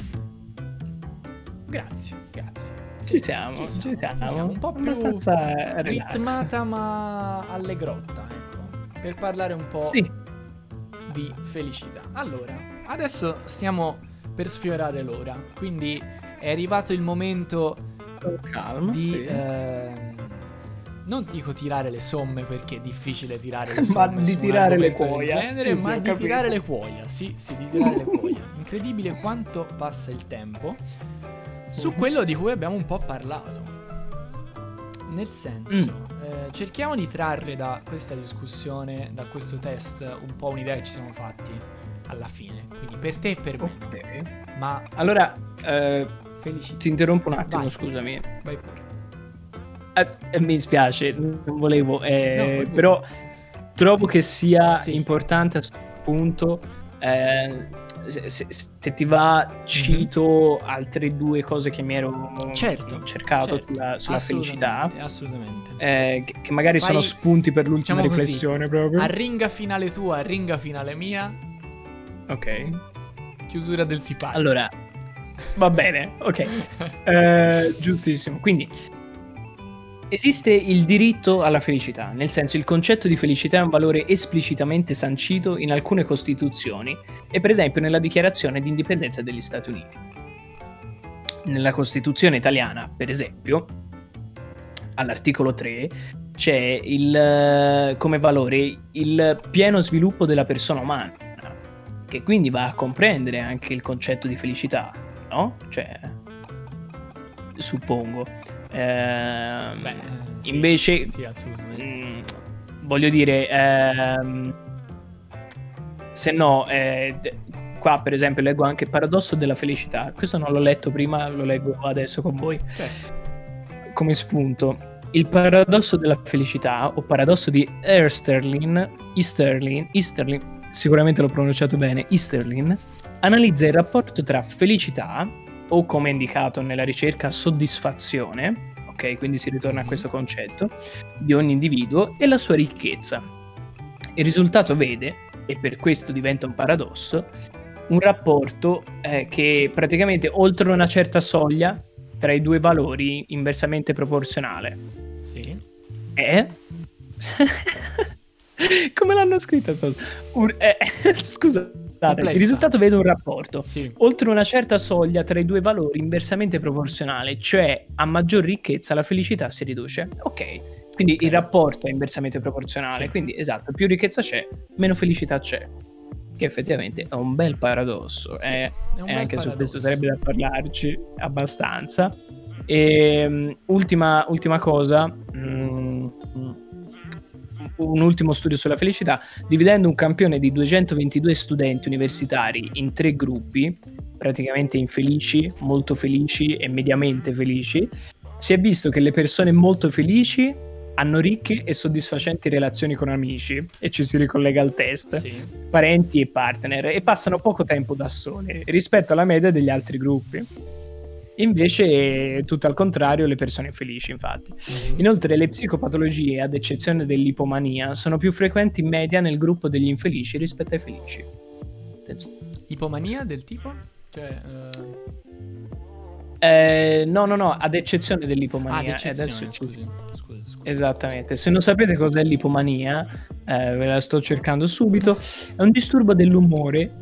Grazie, grazie.
Ci siamo, ci siamo, ci siamo.
Ci siamo. Un po' più
abbastanza
ritmata ma allegrotta, ecco, per parlare un po'
sì.
di felicità. Allora, adesso stiamo per sfiorare l'ora, quindi è arrivato il momento
calma,
di
sì.
eh, non dico tirare le somme perché è difficile tirare le somme
ma di tirare le cuoia
genere,
sì,
ma
sì,
di tirare le cuoia sì, sì, di tirare le cuoia. Incredibile quanto passa il tempo su quello di cui abbiamo un po' parlato, nel senso mm. eh, cerchiamo di trarre da questa discussione, da questo test, un po' un'idea che ci siamo fatti alla fine, quindi per te e per me
okay.
Ma
allora eh,
felicità.
Ti interrompo un attimo, vai. Scusami.
Vai pure.
Eh, mi spiace, non volevo eh, no, però trovo che sia sì. importante a questo punto eh, se, se, se ti va cito mm-hmm. altre due cose che mi ero
certo,
cercato
certo.
sulla, sulla felicità
assolutamente
eh, che, che magari
Fai,
sono spunti per l'ultima
diciamo
riflessione
così,
proprio
a ringa finale tua, a ringa finale mia,
ok,
chiusura del sipario.
Allora va bene, ok. eh, giustissimo, quindi esiste il diritto alla felicità, nel senso il concetto di felicità è un valore esplicitamente sancito in alcune costituzioni e per esempio nella dichiarazione di indipendenza degli Stati Uniti. Nella Costituzione italiana, per esempio, all'articolo tre c'è il come valore il pieno sviluppo della persona umana, che quindi va a comprendere anche il concetto di felicità, no? Cioè, suppongo. Ehm,
Beh, sì,
invece,
sì, assolutamente.
mh, voglio dire, ehm, se no, eh, d- qua per esempio leggo anche Paradosso della felicità. Questo non l'ho letto prima, lo leggo adesso con voi.
Certo.
Come spunto. Il paradosso della felicità, o paradosso di Easterlin, Easterlin, Easterlin, sicuramente l'ho pronunciato bene, Easterlin, analizza il rapporto tra felicità, o come indicato nella ricerca soddisfazione, ok, quindi si ritorna a questo concetto, di ogni individuo, e la sua ricchezza. Il risultato vede, e per questo diventa un paradosso, un rapporto eh, che praticamente oltre una certa soglia tra i due valori inversamente proporzionale.
Sì.
È come l'hanno scritta sta un... eh, scusate,
Complessa.
il risultato vede un rapporto
Sì.
oltre una certa soglia tra i due valori inversamente proporzionale, cioè a maggior ricchezza la felicità si riduce. Ok, quindi
Ok.
il rapporto è inversamente proporzionale,
Sì.
quindi esatto, più ricchezza c'è, meno felicità c'è, che effettivamente è un bel paradosso.
Sì,
eh,
è un
e
bel
anche su questo
paradosso.
sarebbe da parlarci abbastanza. E um, ultima, ultima cosa, mm, un ultimo studio sulla felicità, dividendo un campione di duecentoventidue studenti universitari in tre gruppi, praticamente infelici, molto felici e mediamente felici, si è visto che le persone molto felici hanno ricche e soddisfacenti relazioni con amici, e ci si ricollega al test,
Sì.
parenti e partner, e passano poco tempo da soli rispetto alla media degli altri gruppi. Invece tutto al contrario le persone infelici, infatti.
Mhm.
Inoltre le psicopatologie, ad eccezione dell'ipomania, sono più frequenti in media nel gruppo degli infelici rispetto ai felici. Attenzione.
Ipomania del tipo? Cioè, eh,
Eh, no, no, no, ad eccezione
ah,
dell'ipomania.
d'eccezione,
Adesso ci-
scusi. Scusi, scusi.
Esattamente. Se non sapete cos'è l'ipomania, eh, ve la sto cercando subito. È un disturbo dell'umore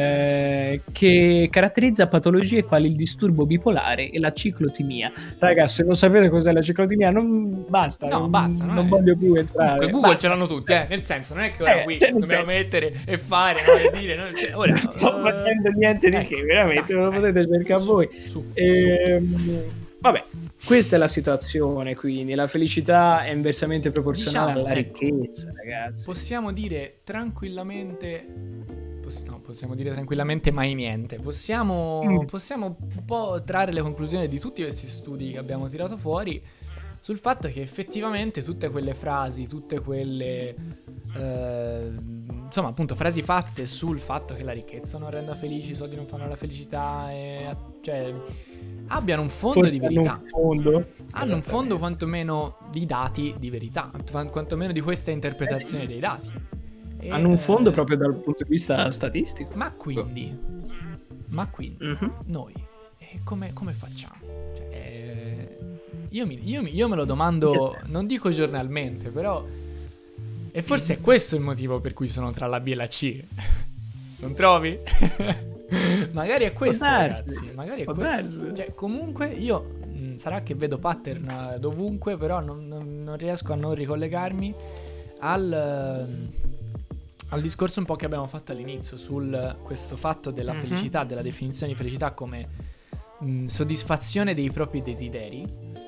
eh, che caratterizza patologie quali il disturbo bipolare e la ciclotimia. Ragazzi, se non sapete cos'è la ciclotimia, non basta.
No,
non,
basta, non
non
è-
voglio più entrare.
Comunque Google
Basta.
ce l'hanno tutti, eh. Nel senso, non è che ora
Eh,
qui
cioè, nel
dobbiamo
senso-
mettere e fare, no, e dire, no, cioè, ora,
Non sto
eh,
facendo niente di
ecco,
che, veramente,
dai,
lo potete
ecco,
cercare
su,
voi.
su,
Ehm, vabbè, questa è la situazione, quindi la felicità è inversamente proporzionale
Diciamo,
alla
ecco,
ricchezza, ragazzi.
possiamo dire tranquillamente poss- no, possiamo dire tranquillamente mai niente. Possiamo,
Mm.
possiamo un po' trarre le conclusioni di tutti questi studi che abbiamo tirato fuori sul fatto che effettivamente tutte quelle frasi, tutte quelle eh, insomma appunto frasi fatte sul fatto che la ricchezza non renda felici, i soldi non fanno la felicità, e, cioè abbiano un fondo
Forse
di
hanno
verità.
un fondo.
Hanno un
Esattamente.
fondo quantomeno di dati di verità, quantomeno di questa interpretazione dei dati. E,
Hanno un fondo
eh,
proprio dal punto di vista statistico.
Ma quindi, ma quindi
Mhm.
noi eh, come, come facciamo? Cioè, eh, io, mi, io, mi- io me lo domando, non dico giornalmente, però. E forse è questo il motivo per cui sono tra la B e la C. Non trovi? Magari è questo,
Può darsi,
ragazzi. Magari è
può
questo.
darsi.
Cioè, comunque io. mh, Sarà che vedo pattern eh, dovunque, però non, non- non riesco a non ricollegarmi al. ehm, al discorso un po' che abbiamo fatto all'inizio sul questo fatto della
Mhm.
felicità, della definizione di felicità come mh, soddisfazione dei propri desideri,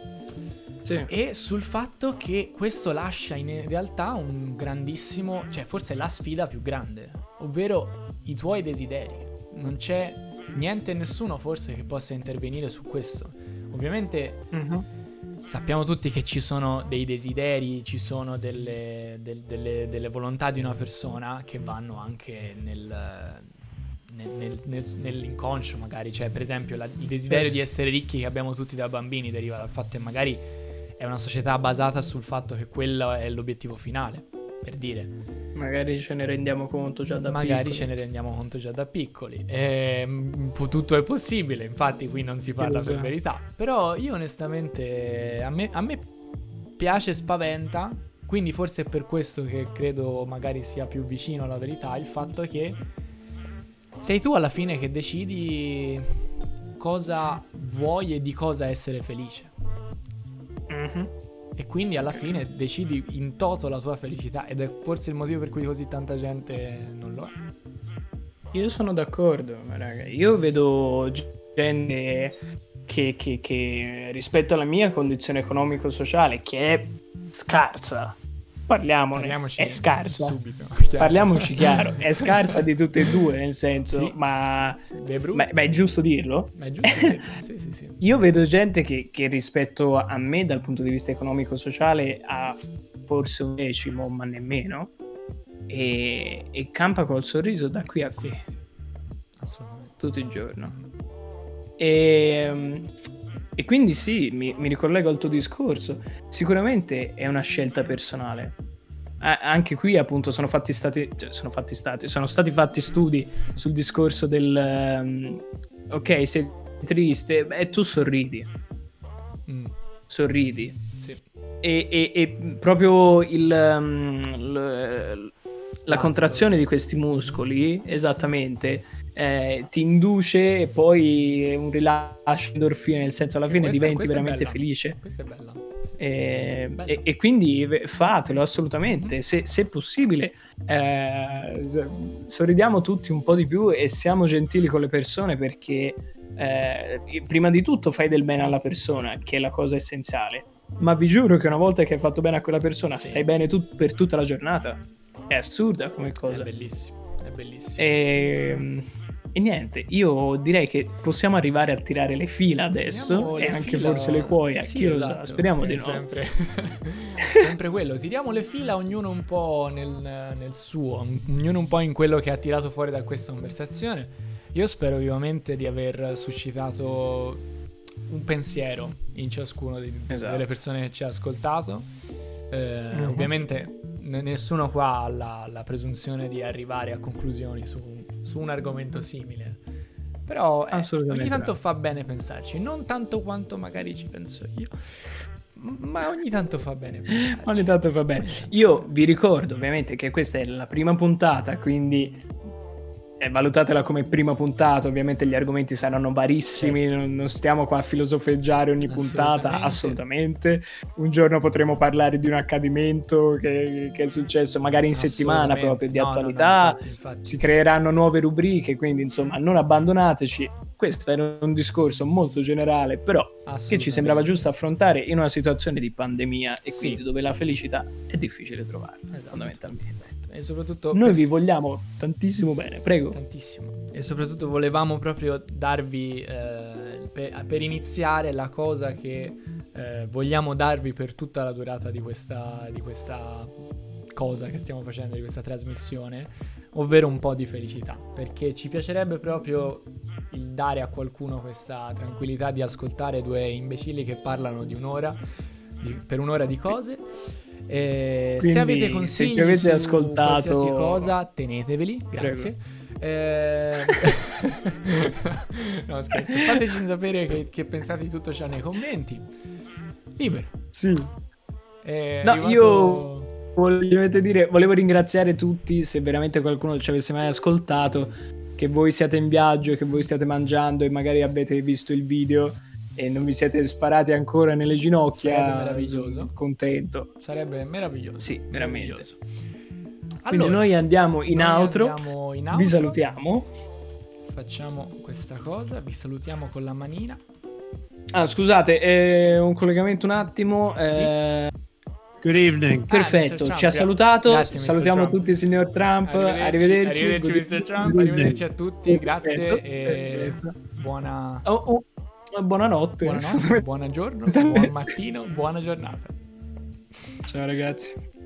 Sì.
e sul fatto che questo lascia in realtà un grandissimo, cioè forse la sfida più grande, ovvero i tuoi desideri. Non c'è niente e nessuno forse che possa intervenire su questo. Ovviamente
Mhm.
sappiamo tutti che ci sono dei desideri, ci sono delle, del- delle- delle volontà di una persona che vanno anche nel, nel- nel- nel- nell'inconscio magari. Cioè, per esempio, la- il desiderio
Certo.
di essere ricchi che abbiamo tutti da bambini deriva dal fatto che magari è una società basata sul fatto che quello è l'obiettivo finale, per dire.
Magari ce ne rendiamo conto già da
Magari
piccoli.
ce ne rendiamo conto già da piccoli. Ehm, pu- tutto è possibile, infatti qui non si parla per
Esatto.
verità. Però io onestamente, a me, a me piace, spaventa, quindi forse è per questo che credo magari sia più vicino alla verità, il fatto che sei tu alla fine che decidi cosa vuoi e di cosa essere felice.
Mhm.
e quindi alla fine decidi in toto la tua felicità, ed è forse il motivo per cui così tanta gente non lo è.
Io sono d'accordo, raga. Io vedo gente che, che, che rispetto alla mia condizione economico-sociale, che è scarsa, parliamone,
Parliamoci
è scarsa.
subito.
Parliamoci chiaro, è scarsa di tutte e due, nel senso,
Sì.
ma,
De Bru-
ma, ma è giusto dirlo?
Ma è giusto dirlo. Sì, sì, sì.
Io vedo gente che, che rispetto a me dal punto di vista economico-sociale ha forse un decimo, ma nemmeno, e, e campa col sorriso da qui a qui,
Sì, sì, sì. Assolutamente.
tutto il giorno. E, e quindi sì, mi, mi ricollego al tuo discorso. Sicuramente è una scelta personale. A- anche qui appunto sono fatti stati, cioè, sono fatti stati, sono stati fatti studi sul discorso del um, ok, sei triste, e tu sorridi,
Mm,
sorridi.
sì.
E, e- e proprio il, um, l- la
L'atto.
contrazione di questi muscoli, esattamente, eh, ti induce e poi un rilascio di endorfine, nel senso alla
Sì,
fine
questa-
diventi
questa è
veramente
bella.
felice.
Questa è bella.
E,
Bello.
e- e quindi ve- fatelo assolutamente, se, se possibile, eh, s- sorridiamo tutti un po' di più e siamo gentili con le persone, perché eh, prima di tutto fai del bene alla persona, che è la cosa essenziale, ma vi giuro che una volta che hai fatto bene a quella persona
Sì.
stai bene tu per tutta la giornata. È assurda come
È
cosa.
bellissimo, è bellissimo.
E, e niente, io direi che possiamo arrivare a tirare le fila adesso,
Tiriamo
e
le
anche
fila-
forse le cuoia,
Sì,
chi lo sa,
esatto,
speriamo
è
di no.
Sempre, sempre quello. Tiriamo le fila, ognuno un po' nel, nel suo, ognuno un po' in quello che ha tirato fuori da questa conversazione. Io spero vivamente di aver suscitato un pensiero in ciascuno di-
Esatto.
delle persone che ci ha ascoltato. Eh,
Mhm.
Ovviamente n- nessuno qua ha la, la presunzione di arrivare a conclusioni su, su un argomento simile, però eh,
Assolutamente
ogni tanto
no.
fa bene pensarci, non tanto quanto magari ci penso io, ma ogni tanto fa bene pensarci.
Ogni tanto va bene.
Ogni tanto
Io
fa bene.
vi ricordo ovviamente che questa è la prima puntata, quindi eh, valutatela come prima puntata. Ovviamente gli argomenti saranno varissimi,
Certo.
non, non stiamo qua a filosofeggiare ogni puntata,
Assolutamente.
assolutamente. Un giorno potremo parlare di un accadimento che, che è successo magari in settimana
Assolutamente.
proprio di
No, no, no,
attualità.
infatti, infatti.
Si creeranno nuove rubriche, quindi insomma non abbandonateci. Questo era un discorso molto generale, però che ci
Assolutamente.
sembrava giusto affrontare in una situazione di pandemia, e
Sì.
quindi dove la felicità è difficile trovare,
Esatto,
fondamentalmente.
esatto. E soprattutto
Noi
per-
vi vogliamo tantissimo bene, prego.
tantissimo, e soprattutto volevamo proprio darvi eh, per, per iniziare la cosa che eh, vogliamo darvi per tutta la durata di questa, di questa cosa che stiamo facendo, di questa trasmissione, ovvero un po' di felicità, perché ci piacerebbe proprio il dare a qualcuno questa tranquillità di ascoltare due imbecilli che parlano di un'ora di- per un'ora di cose. E
Quindi,
se avete
se
consigli
ci avete
su
ascoltato-
qualsiasi cosa, teneteveli, grazie. Eh... no, scherzo, fateci sapere che, che pensate di tutto ciò nei commenti. Libero.
Sì.
È
No,
arrivato-
io volevo dire, volevo ringraziare tutti, se veramente qualcuno ci avesse mai ascoltato, che voi siate in viaggio, che voi stiate mangiando e magari avete visto il video e non vi siete sparati ancora nelle ginocchia.
Sarebbe meraviglioso.
Contento.
Sarebbe meraviglioso.
Sì, veramente.
Meraviglioso.
Quindi
Allora,
noi andiamo in
noi
outro,
andiamo in
vi
outro.
salutiamo.
Facciamo questa cosa, vi salutiamo con la manina.
Ah, scusate, eh, un collegamento un attimo. eh,
Good evening.
Perfetto,
Ah, mister
ci ha
Trump,
salutato.
grazie, mister
Salutiamo
Trump.
tutti il signor Trump. Arrivederci.
Arrivederci,
Good
mister Trump.
evening.
Arrivederci a tutti. Grazie
Perfetto,
e
perfetto.
buona,
Oh, oh, buonanotte.
buonanotte, buon giorno, buon mattino, buona giornata.
Ciao ragazzi.